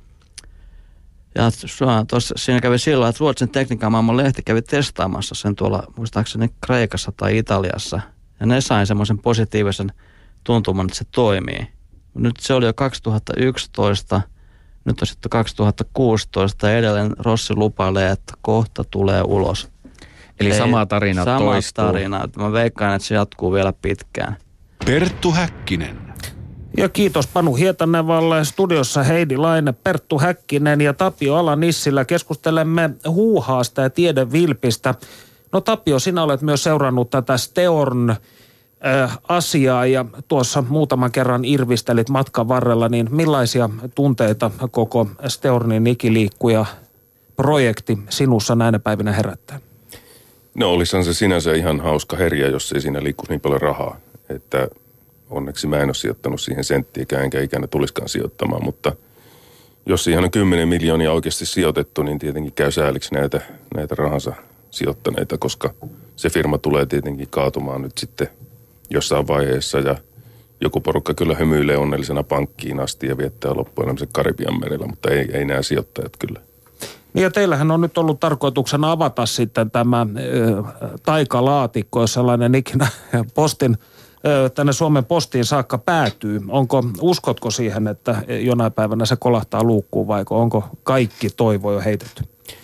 Ja siinä kävi sillä, että Ruotsin tekniikan maailman lehti kävi testaamassa sen tuolla muistaakseni Kreikassa tai Italiassa. Ja ne sai semmoisen positiivisen tuntuman, että se toimii. Nyt se oli jo 2011, nyt on sitten 2016 ja edelleen Rossi lupailee, että kohta tulee ulos. Eli sama tarina toistuu. Sama tarina. Mä veikkaan, että se jatkuu vielä pitkään. Perttu Häkkinen. Ja kiitos Panu Hietanevalle. Studiossa Heidi Laine, Perttu Häkkinen ja Tapio Ala-Nissilä. Keskustelemme huuhaasta ja tiedevilpistä. No Tapio, sinä olet myös seurannut tätä Steorn asiaa ja tuossa muutaman kerran irvistelit matkan varrella, niin millaisia tunteita koko Steornin ikiliikkuja projekti sinussa näinä päivinä herättää? No olisihan se sinänsä ihan hauska herja, jos ei siinä liikkuisi niin paljon rahaa, että onneksi mä en ole sijoittanut siihen senttiäkään, enkä ikänä tuliskaan sijoittamaan, mutta jos siihen on 10 miljoonia oikeasti sijoitettu, niin tietenkin käy sääliksi näitä rahansa sijoittaneita, koska se firma tulee tietenkin kaatumaan nyt sitten jossain vaiheessa ja joku porukka kyllä hymyilee onnellisena pankkiin asti ja viettää loppuelämisen Karibian merellä, mutta ei nämä sijoittajat kyllä. Niin ja teillähän on nyt ollut tarkoituksena avata sitten tämä taikalaatikko, jos sellainen ikinä tänne Suomen postiin saakka päätyy. Uskotko siihen, että jonain päivänä se kolahtaa luukkuun vai onko kaikki toivo jo heitetty?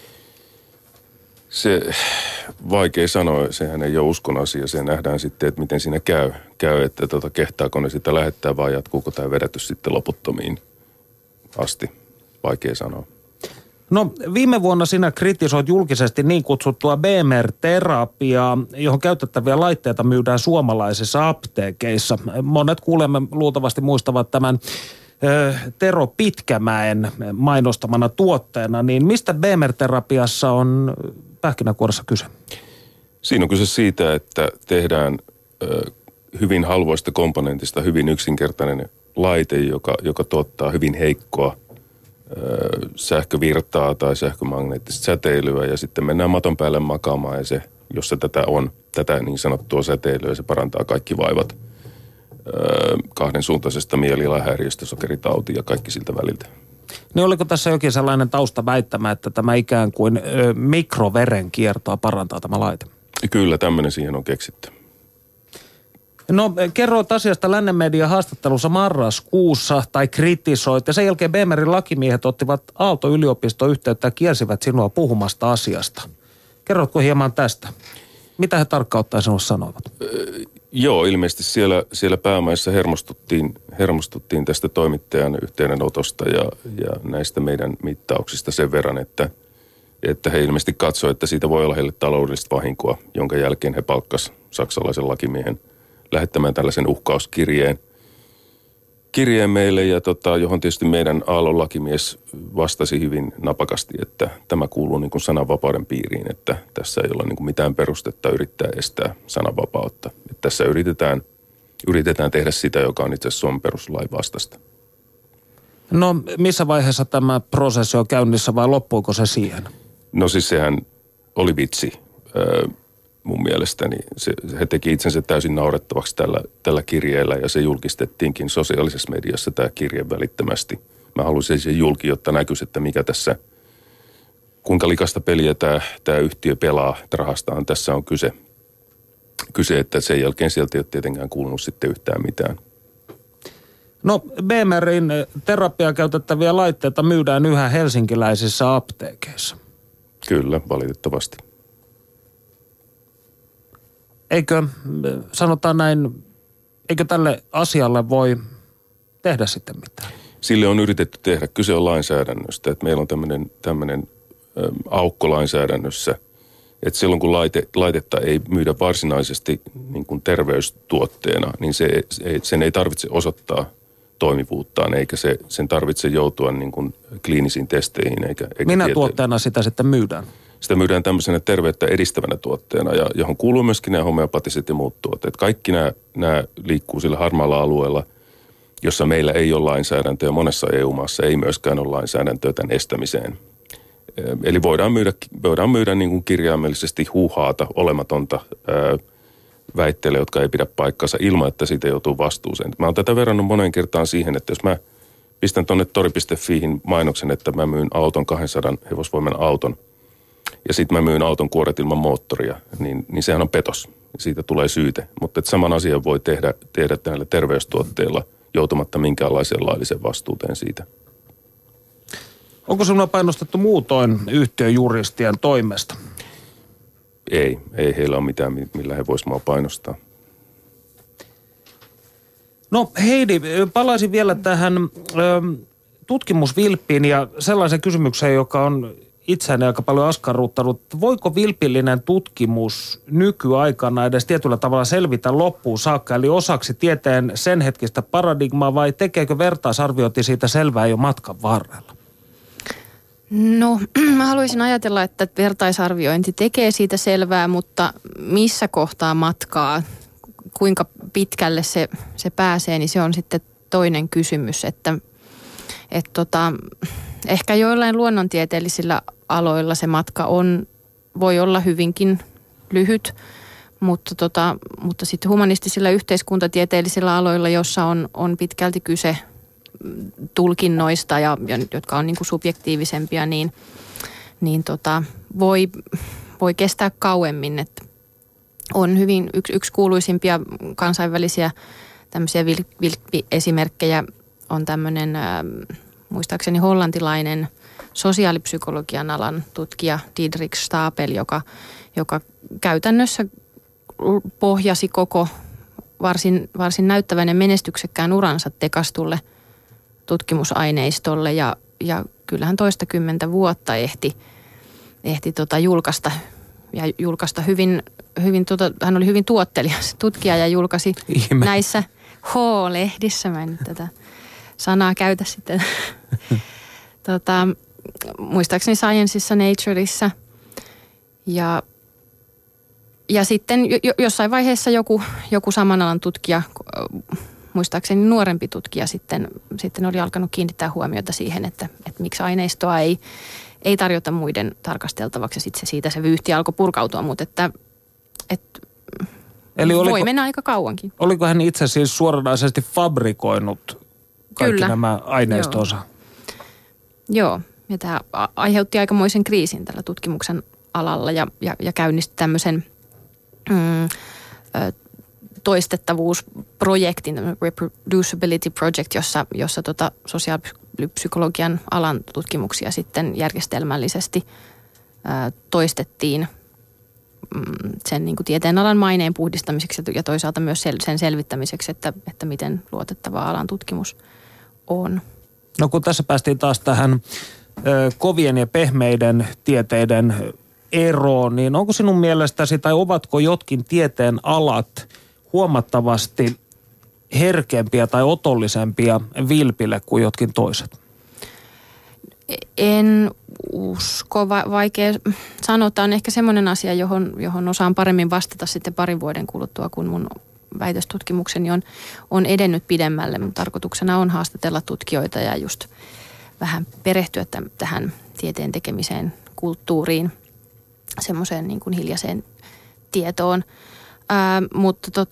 Se vaikea sanoa, sehän ei ole uskon asia, se nähdään sitten, että miten siinä käy että kehtaako ne sitä lähettää vai jatkuuko tämä vedätys sitten loputtomiin asti, vaikea sanoa. No viime vuonna sinä kritisoit julkisesti niin kutsuttua BMR-terapiaa, johon käytettäviä laitteita myydään suomalaisissa apteekeissa. Monet kuulemme luultavasti muistavat tämän Tero Pitkämäen mainostamana tuotteena, niin mistä BMR-terapiassa on pähkinänkuoressa kyse? Siinä on kyse siitä, että tehdään hyvin halvoista komponentista hyvin yksinkertainen laite, joka tuottaa hyvin heikkoa sähkövirtaa tai sähkömagneettista säteilyä ja sitten mennään maton päälle makaamaan ja se, jos se tätä niin sanottua säteilyä, se parantaa kaikki vaivat kahdensuuntaisesta mielialahäiriöstä, sokeritauti ja kaikki siltä väliltä. Niin oliko tässä jokin sellainen taustaväittämä, että tämä ikään kuin mikroverenkiertoa parantaa tämä laite? Kyllä, tämmöinen siihen on keksitty. No kerroit asiasta Lännen median haastattelussa marraskuussa tai kritisoit ja sen jälkeen BMRin lakimiehet ottivat Aalto-yliopistoon yhteyttä ja kielsivät sinua puhumasta asiasta. Kerrotko hieman tästä? Mitä he tarkkaan ottaen sinulle sanoivat? Joo, ilmeisesti siellä päämaissa hermostuttiin tästä toimittajan yhteydenotosta ja näistä meidän mittauksista sen verran, että he ilmeisesti katsoivat, että siitä voi olla heille taloudellista vahinkoa, jonka jälkeen he palkkasi saksalaisen lakimiehen lähettämään tällaisen uhkauskirjeen meille, ja johon tietysti meidän Aallon lakimies vastasi hyvin napakasti, että tämä kuuluu niin kuin sananvapauden piiriin, että tässä ei ole niin kuin mitään perustetta yrittää estää sananvapautta. Että tässä yritetään tehdä sitä, joka on itse asiassa Suomen perustuslain vastaista. No missä vaiheessa tämä prosessi on käynnissä vai loppuiko se siihen? No siis sehän oli vitsi. Mun mielestäni he teki itsensä täysin naurettavaksi tällä kirjeellä ja se julkistettiinkin sosiaalisessa mediassa tämä kirje välittömästi. Mä haluaisin sen julki, jotta näkyisi, että mikä tässä, kuinka likasta peliä tämä yhtiö pelaa, että rahastaan tässä on kyse, että sen jälkeen sieltä ei ole tietenkään kuulunut sitten yhtään mitään. No BMRin terapiaa käytettäviä laitteita myydään yhä helsinkiläisissä apteekeissa. Kyllä, valitettavasti. Eikö, sanotaan näin, eikö tälle asialle voi tehdä sitten mitään? Sille on yritetty tehdä. Kyse on lainsäädännöstä, että meillä on tämmöinen aukko lainsäädännössä, että silloin kun laitetta ei myydä varsinaisesti niin kuin terveystuotteena, niin sen ei tarvitse osoittaa toimivuuttaan, eikä sen tarvitse joutua niin kuin kliinisiin testeihin. Eikä minä tuotteena sitä sitten myydään? Sitä myydään tämmöisenä terveyttä edistävänä tuotteena, johon kuuluu myöskin nämä homeopatiset ja muut tuotteet. Kaikki nämä liikkuu sillä harmaalla alueella, jossa meillä ei ole lainsäädäntöä. Monessa EU-maassa ei myöskään ole lainsäädäntöä tämän estämiseen. Eli voidaan myydä niin kuin kirjaimellisesti huuhaata, olematonta väitteille, jotka ei pidä paikkansa ilman, että siitä joutuu vastuuseen. Mä oon tätä verrannut moneen kertaan siihen, että jos mä pistän tonne tori.fiihin mainoksen, että mä myyn auton 200 hevosvoiman auton, ja sitten mä myyn auton kuoret ilman moottoria, niin sehän on petos. Siitä tulee syyte. Mutta saman asian voi tehdä näillä terveystuotteilla joutumatta minkäänlaiseen lailliseen vastuuteen siitä. Onko sinua painostettu muutoin yhtiön juristien toimesta? Ei heillä ole mitään, millä he voisivat mua painostaa. No Heidi, palaisin vielä tähän tutkimusvilppiin ja sellaisen kysymykseen, joka on itseäni aika paljon askarruttanut. Voiko vilpillinen tutkimus nykyaikana edes tietyllä tavalla selvitä loppuun saakka, eli osaksi tieteen sen hetkistä paradigmaa, vai tekeekö vertaisarviointi siitä selvää jo matkan varrella? No, mä haluaisin ajatella, että vertaisarviointi tekee siitä selvää, mutta missä kohtaa matkaa, kuinka pitkälle se pääsee, niin se on sitten toinen kysymys, että ehkä joillain luonnontieteellisillä aloilla se matka voi olla hyvinkin lyhyt, mutta sitten humanistisilla yhteiskuntatieteellisillä aloilla, jossa on pitkälti kyse tulkinnoista ja jotka on niin kuin subjektiivisempia, niin voi kestää kauemmin. Että on hyvin yksi kuuluisimpia kansainvälisiä tämmöisiä vilppi-esimerkkejä on tämmöinen muistaakseni hollantilainen sosiaalipsykologian alan tutkija Diederik Stapel, joka käytännössä pohjasi koko varsin näyttävän ja menestyksekkään uransa tekastulle tutkimusaineistolle ja kyllähän toistakymmentä vuotta ehti julkaista hyvin hän oli hyvin tuottelias tutkija ja julkaisi näissä H-lehdissä, mä en nyt tätä sanaa käytä sitten, muistaakseni Scienceissa, Natureissa ja sitten jossain vaiheessa joku saman alan tutkija, muistaakseni nuorempi tutkija sitten oli alkanut kiinnittää huomiota siihen, että miksi aineistoa ei tarjota muiden tarkasteltavaksi ja sitten siitä se vyyhti alkoi purkautua, mutta että eli voi mennä aika kauankin. Oliko hän itse siis suoranaisesti fabrikoinut kaikki nämä aineistonsa? Joo, ja tämä aiheutti aikamoisen kriisin tällä tutkimuksen alalla ja käynnisti tämmöisen toistettavuusprojektin, Reproducibility Project, jossa sosiaalipsykologian alan tutkimuksia sitten järjestelmällisesti toistettiin sen niin kuin tieteenalan maineen puhdistamiseksi ja toisaalta myös sen selvittämiseksi, että miten luotettava alan tutkimus on. No kun tässä päästiin taas tähän kovien ja pehmeiden tieteiden eroon, niin onko sinun mielestäsi tai ovatko jotkin tieteen alat huomattavasti herkempiä tai otollisempia vilpille kuin jotkin toiset? En usko, vaikea sanoa. Tämä on ehkä semmoinen asia, johon osaan paremmin vastata sitten parin vuoden kuluttua, kun mun väitöstutkimukseni on edennyt pidemmälle. Mun tarkoituksena on haastatella tutkijoita ja just vähän perehtyä tähän tieteen tekemiseen, kulttuuriin, semmoiseen niin kuin hiljaiseen tietoon. Mutta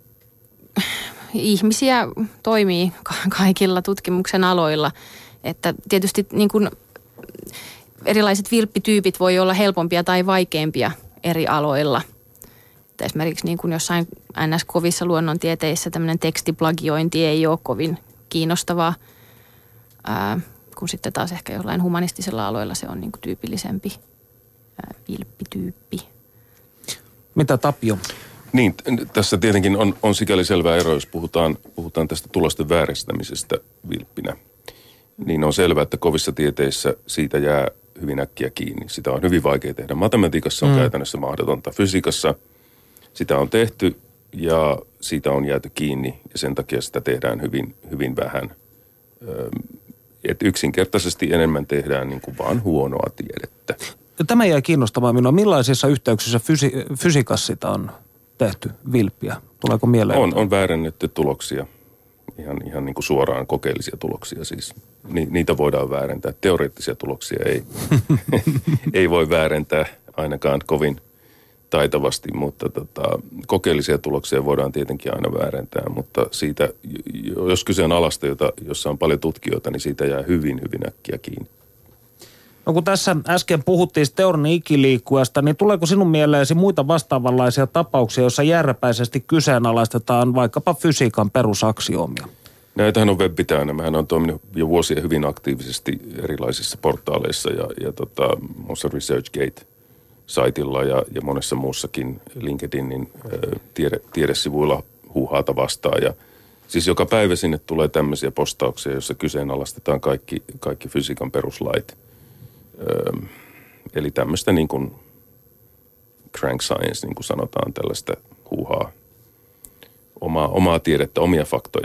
ihmisiä toimii kaikilla tutkimuksen aloilla, että tietysti niin kuin erilaiset vilppityypit voi olla helpompia tai vaikeampia eri aloilla. Että esimerkiksi niin kuin jossain NS-kovissa luonnontieteissä tämmöinen tekstiplagiointi ei ole kovin kiinnostavaa, kun sitten taas ehkä jollain humanistisella aloilla se on niin kuin tyypillisempi vilppityyppi. Mitä Tapio? Niin, tässä tietenkin on sikäli selvä ero, jos puhutaan tästä tulosten vääristämisestä vilppinä. Niin on selvää, että kovissa tieteissä siitä jää hyvin äkkiä kiinni. Sitä on hyvin vaikea tehdä. Matematiikassa on käytännössä mahdotonta. Fysiikassa sitä on tehty ja siitä on jääty kiinni ja sen takia sitä tehdään hyvin, hyvin vähän. Että yksinkertaisesti enemmän tehdään niin kuin vaan huonoa tiedettä. Tämä jäi kiinnostamaan minua. Millaisissa yhteyksissä fysiikassa sitä on tehty vilppiä? Tuleeko mieleen? On väärennetty tuloksia. Ihan niin kuin suoraan kokeellisia tuloksia siis. Niitä voidaan väärentää. Teoreettisia tuloksia ei voi väärentää ainakaan kovin taitavasti, mutta kokeellisia tuloksia voidaan tietenkin aina väärentää. Mutta siitä, jos kyse on alasta, jossa on paljon tutkijoita, niin siitä jää hyvin, hyvin äkkiä kiinni. No kun tässä äsken puhuttiin teorian ikiliikkujasta, niin tuleeko sinun mieleesi muita vastaavanlaisia tapauksia, joissa järpäisesti kyseenalaistetaan vaikkapa fysiikan perusaksioomia? Näitähän on webbi täynnä. Mähän on toiminut jo vuosia hyvin aktiivisesti erilaisissa portaaleissa ja muassa ResearchGate-saitilla ja monessa muussakin LinkedInin tiedesivuilla huuhaata vastaan. Ja Siis joka päivä sinne tulee tämmöisiä postauksia, joissa kyseenalaistetaan kaikki fysiikan peruslait. Eli tämmöistä niin kuin crank science, niin kuin sanotaan, tällaista huuhaa. Omaa tiedettä, omia faktoja.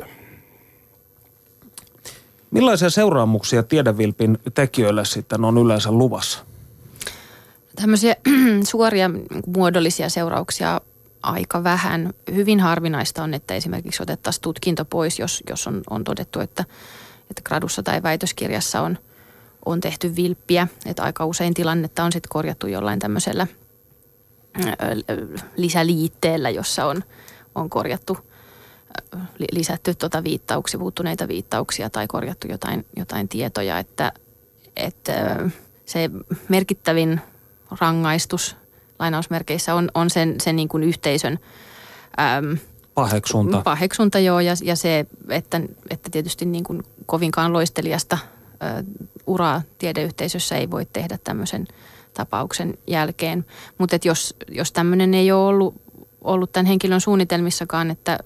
Millaisia seuraamuksia tiedevilpin tekijöille sitten on yleensä luvassa? Tämmöisiä suoria muodollisia seurauksia aika vähän. Hyvin harvinaista on, että esimerkiksi otettaisiin tutkinto pois, jos on todettu, että gradussa tai väitöskirjassa on tehty vilppiä. Että aika usein tilannetta on sitten korjattu jollain tämmöisellä lisäliitteellä, jossa on korjattu, lisätty puuttuneita viittauksia tai korjattu jotain tietoja, että se merkittävin rangaistus lainausmerkeissä on sen niin kuin yhteisön paheksunta joo, ja se, että tietysti niin kuin kovinkaan loistelijasta uraa tiedeyhteisössä ei voi tehdä tämmöisen tapauksen jälkeen. Mutta jos tämmöinen ei ole ollut tämän henkilön suunnitelmissakaan, että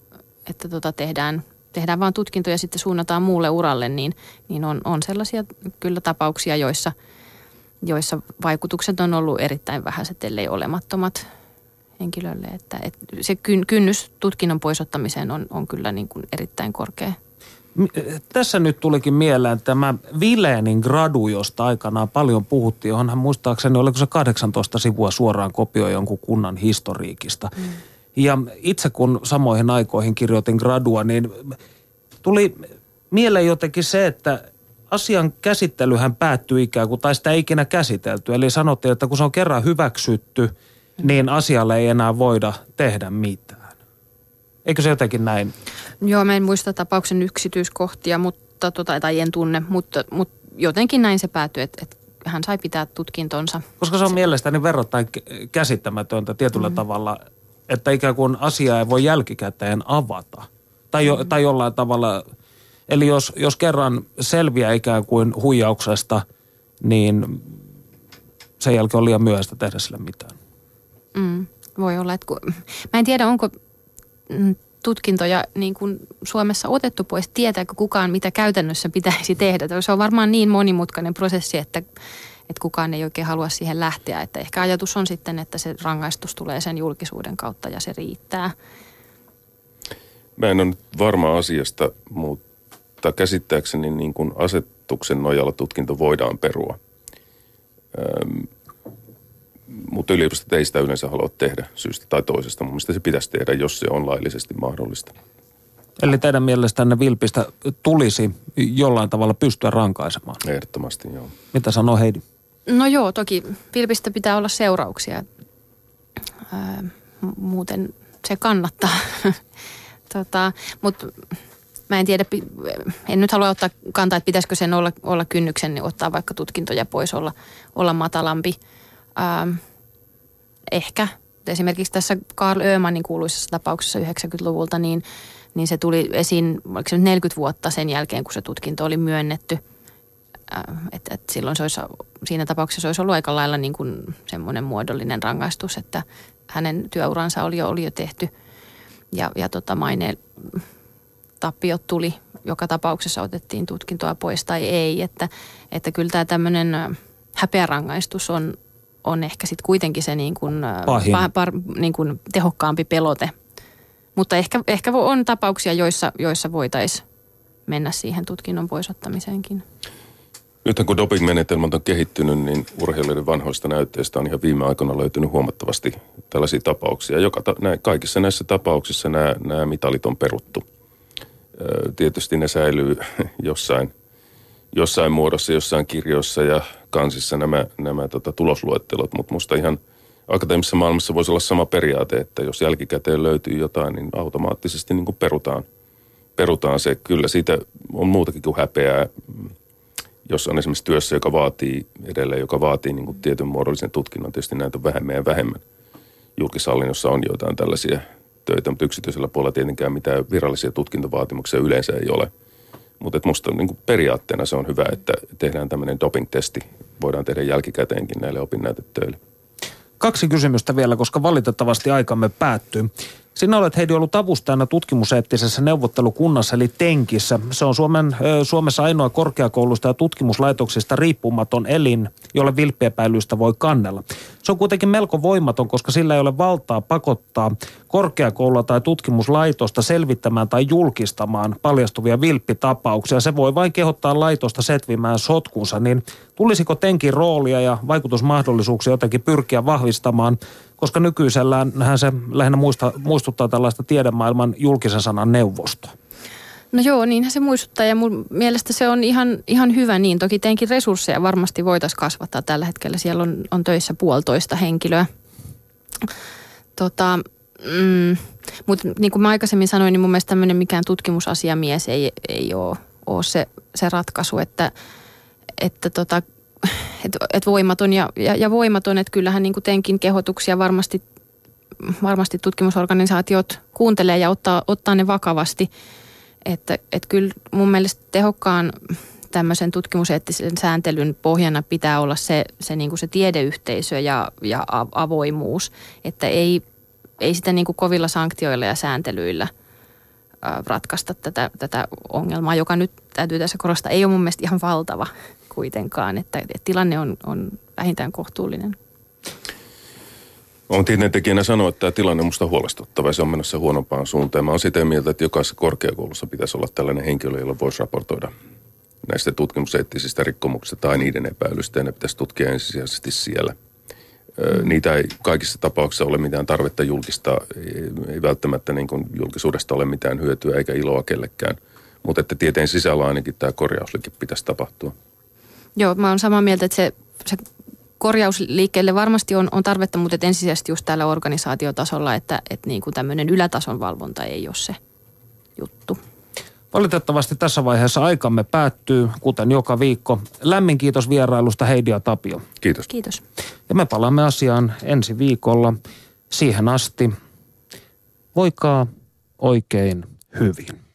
tehdään vaan tutkinto ja sitten suunnataan muulle uralle, niin on sellaisia kyllä tapauksia, joissa vaikutukset on ollut erittäin vähäiset, ellei olemattomat henkilölle. Että se kynnys tutkinnon poisottamiseen on kyllä niin kuin erittäin korkea. Tässä nyt tulikin mieleen tämä Vilenin gradu, josta aikanaan paljon puhuttiin, johon hän muistaakseni, oliko se 18 sivua suoraan kopioi jonkun kunnan historiikista. Ja itse kun samoihin aikoihin kirjoitin gradua, niin tuli mieleen jotenkin se, että asian käsittelyhän päättyi ikään kuin, tai sitä ei ikinä käsitelty. Eli sanottiin, että kun se on kerran hyväksytty, niin asialle ei enää voida tehdä mitään. Eikö se jotenkin näin? Joo, mä en muista tapauksen yksityiskohtia, tai en tunne, mutta jotenkin näin se päättyi, että hän sai pitää tutkintonsa. Koska se on mielestäni verrattain käsittämätöntä tietyllä tavalla, että ikään kuin asiaa ei voi jälkikäteen avata. Tai jollain tavalla, eli jos kerran selviää ikään kuin huijauksesta, niin sen jälkeen on liian myöhäistä tehdä sille mitään. Voi olla, että mä en tiedä, onko tutkintoja niin kuin Suomessa otettu pois, tietääkö kukaan, mitä käytännössä pitäisi tehdä. Se on varmaan niin monimutkainen prosessi, että kukaan ei oikein halua siihen lähteä. Että ehkä ajatus on sitten, että se rangaistus tulee sen julkisuuden kautta ja se riittää. Mä en ole nyt varma asiasta, mutta käsittääkseni niin kuin asetuksen nojalla tutkinto voidaan perua. Mutta yliopistot ei sitä yleensä halua tehdä syystä tai toisesta. Mun mielestä se pitäisi tehdä, jos se on laillisesti mahdollista. Eli teidän mielestänne vilpistä tulisi jollain tavalla pystyä rankaisemaan? Ehdottomasti, joo. Mitä sanoo Heidi? No joo, toki vilpistä pitää olla seurauksia. Muuten se kannattaa. Mutta mä en tiedä, en nyt halua ottaa kantaa, että pitäisikö sen olla kynnyksen, niin ottaa vaikka tutkintoja pois, olla matalampi. Ehkä. Esimerkiksi tässä Karl Öhmanin kuuluisessa tapauksessa 90-luvulta, niin se tuli esiin, oliko se nyt 40 vuotta sen jälkeen, kun se tutkinto oli myönnetty. Että silloin siinä tapauksessa olisi ollut aika lailla niin kuin semmoinen muodollinen rangaistus, että hänen työuransa oli jo tehty ja maineen tappiot tuli, joka tapauksessa otettiin tutkintoa pois tai ei. Että kyllä tämä tämmöinen häpeärangaistus on ehkä sitten kuitenkin se niin kuin, niin kuin tehokkaampi pelote. Mutta ehkä on tapauksia, joissa voitaisiin mennä siihen tutkinnon poisottamiseenkin. Nythän kun doping-menetelmät on kehittynyt, niin urheilijoiden vanhoista näytteistä on ihan viime aikoina löytynyt huomattavasti tällaisia tapauksia. Kaikissa näissä tapauksissa nämä mitalit on peruttu. Tietysti ne säilyy jossain muodossa, jossain kirjoissa ja kansissa nämä tulosluettelot, mutta musta ihan akateemisessa maailmassa voisi olla sama periaate, että jos jälkikäteen löytyy jotain, niin automaattisesti niin kuin perutaan se. Kyllä siitä on muutakin kuin häpeää, jos on esimerkiksi työssä, joka vaatii niin kuin tietyn muodollisen tutkinnon. Tietysti näitä on vähemmän ja vähemmän. Julkishallinnossa on jotain tällaisia töitä, mutta yksityisellä puolella tietenkään mitään virallisia tutkintovaatimuksia yleensä ei ole. Mutta musta niin kuin periaatteena se on hyvä, että tehdään tämmöinen doping-testi. Voidaan tehdä jälkikäteenkin näille opinnäytetöille. 2 kysymystä vielä, koska valitettavasti aikamme päättyy. Sinä olet, Heidi, ollut avustajana tutkimuseettisessä neuvottelukunnassa eli TENKissä. Se on Suomessa ainoa korkeakouluista ja tutkimuslaitoksista riippumaton elin, jolle vilppiepäilyistä voi kannella. Se on kuitenkin melko voimaton, koska sillä ei ole valtaa pakottaa korkeakoulua tai tutkimuslaitosta selvittämään tai julkistamaan paljastuvia vilppitapauksia. Se voi vain kehottaa laitosta setvimään sotkunsa, niin tulisiko TENKin roolia ja vaikutusmahdollisuuksia jotenkin pyrkiä vahvistamaan, koska nykyiselläänhän se lähinnä muistuttaa tällaista tiedemaailman julkisen sanan neuvostoa. No joo, niinhän se muistuttaa ja mun mielestä se on ihan hyvä niin. Toki TENKin resursseja varmasti voitaisiin kasvattaa tällä hetkellä. Siellä on töissä 1,5 henkilöä. Mutta niin kuin mä aikaisemmin sanoin, niin mun mielestä tämmöinen mikään tutkimusasiamies ei ole se ratkaisu, että voimaton ja voimaton, että kyllähän niin kuin TENKin kehotuksia varmasti tutkimusorganisaatiot kuuntelee ja ottaa ne vakavasti. Että kyllä mun mielestä tehokkaan tämmöisen tutkimuseettisen sääntelyn pohjana pitää olla se niin kuin se tiedeyhteisö ja avoimuus, että ei sitä niin kuin kovilla sanktioilla ja sääntelyillä ratkaista tätä ongelmaa, joka nyt täytyy tässä korostaa, ei ole mun mielestä ihan valtava kuitenkaan, että tilanne on vähintään kohtuullinen. On tieteentekijänä sanoa, että tämä tilanne on musta huolestuttava ja se on menossa huonompaan suuntaan. Mä oon sitä mieltä, että jokaisessa korkeakoulussa pitäisi olla tällainen henkilö, jolla voisi raportoida näistä tutkimuseettisistä rikkomuksista tai niiden epäilystä, ja ne pitäisi tutkia ensisijaisesti siellä. Niitä ei kaikissa tapauksissa ole mitään tarvetta julkistaa, ei välttämättä niin kuin julkisuudesta ole mitään hyötyä eikä iloa kellekään, mutta että tieteen sisällä ainakin tämä korjausliike pitäisi tapahtua. Joo, mä oon samaa mieltä, että se korjausliikkeelle varmasti on tarvetta, mutta ensisijaisesti just täällä organisaatiotasolla, että niin kuin tämmöinen ylätason valvonta ei ole se juttu. Valitettavasti tässä vaiheessa aikamme päättyy, kuten joka viikko. Lämmin kiitos vierailusta, Heidi ja Tapio. Kiitos. Kiitos. Ja me palaamme asiaan ensi viikolla. Siihen asti voikaa oikein hyvin.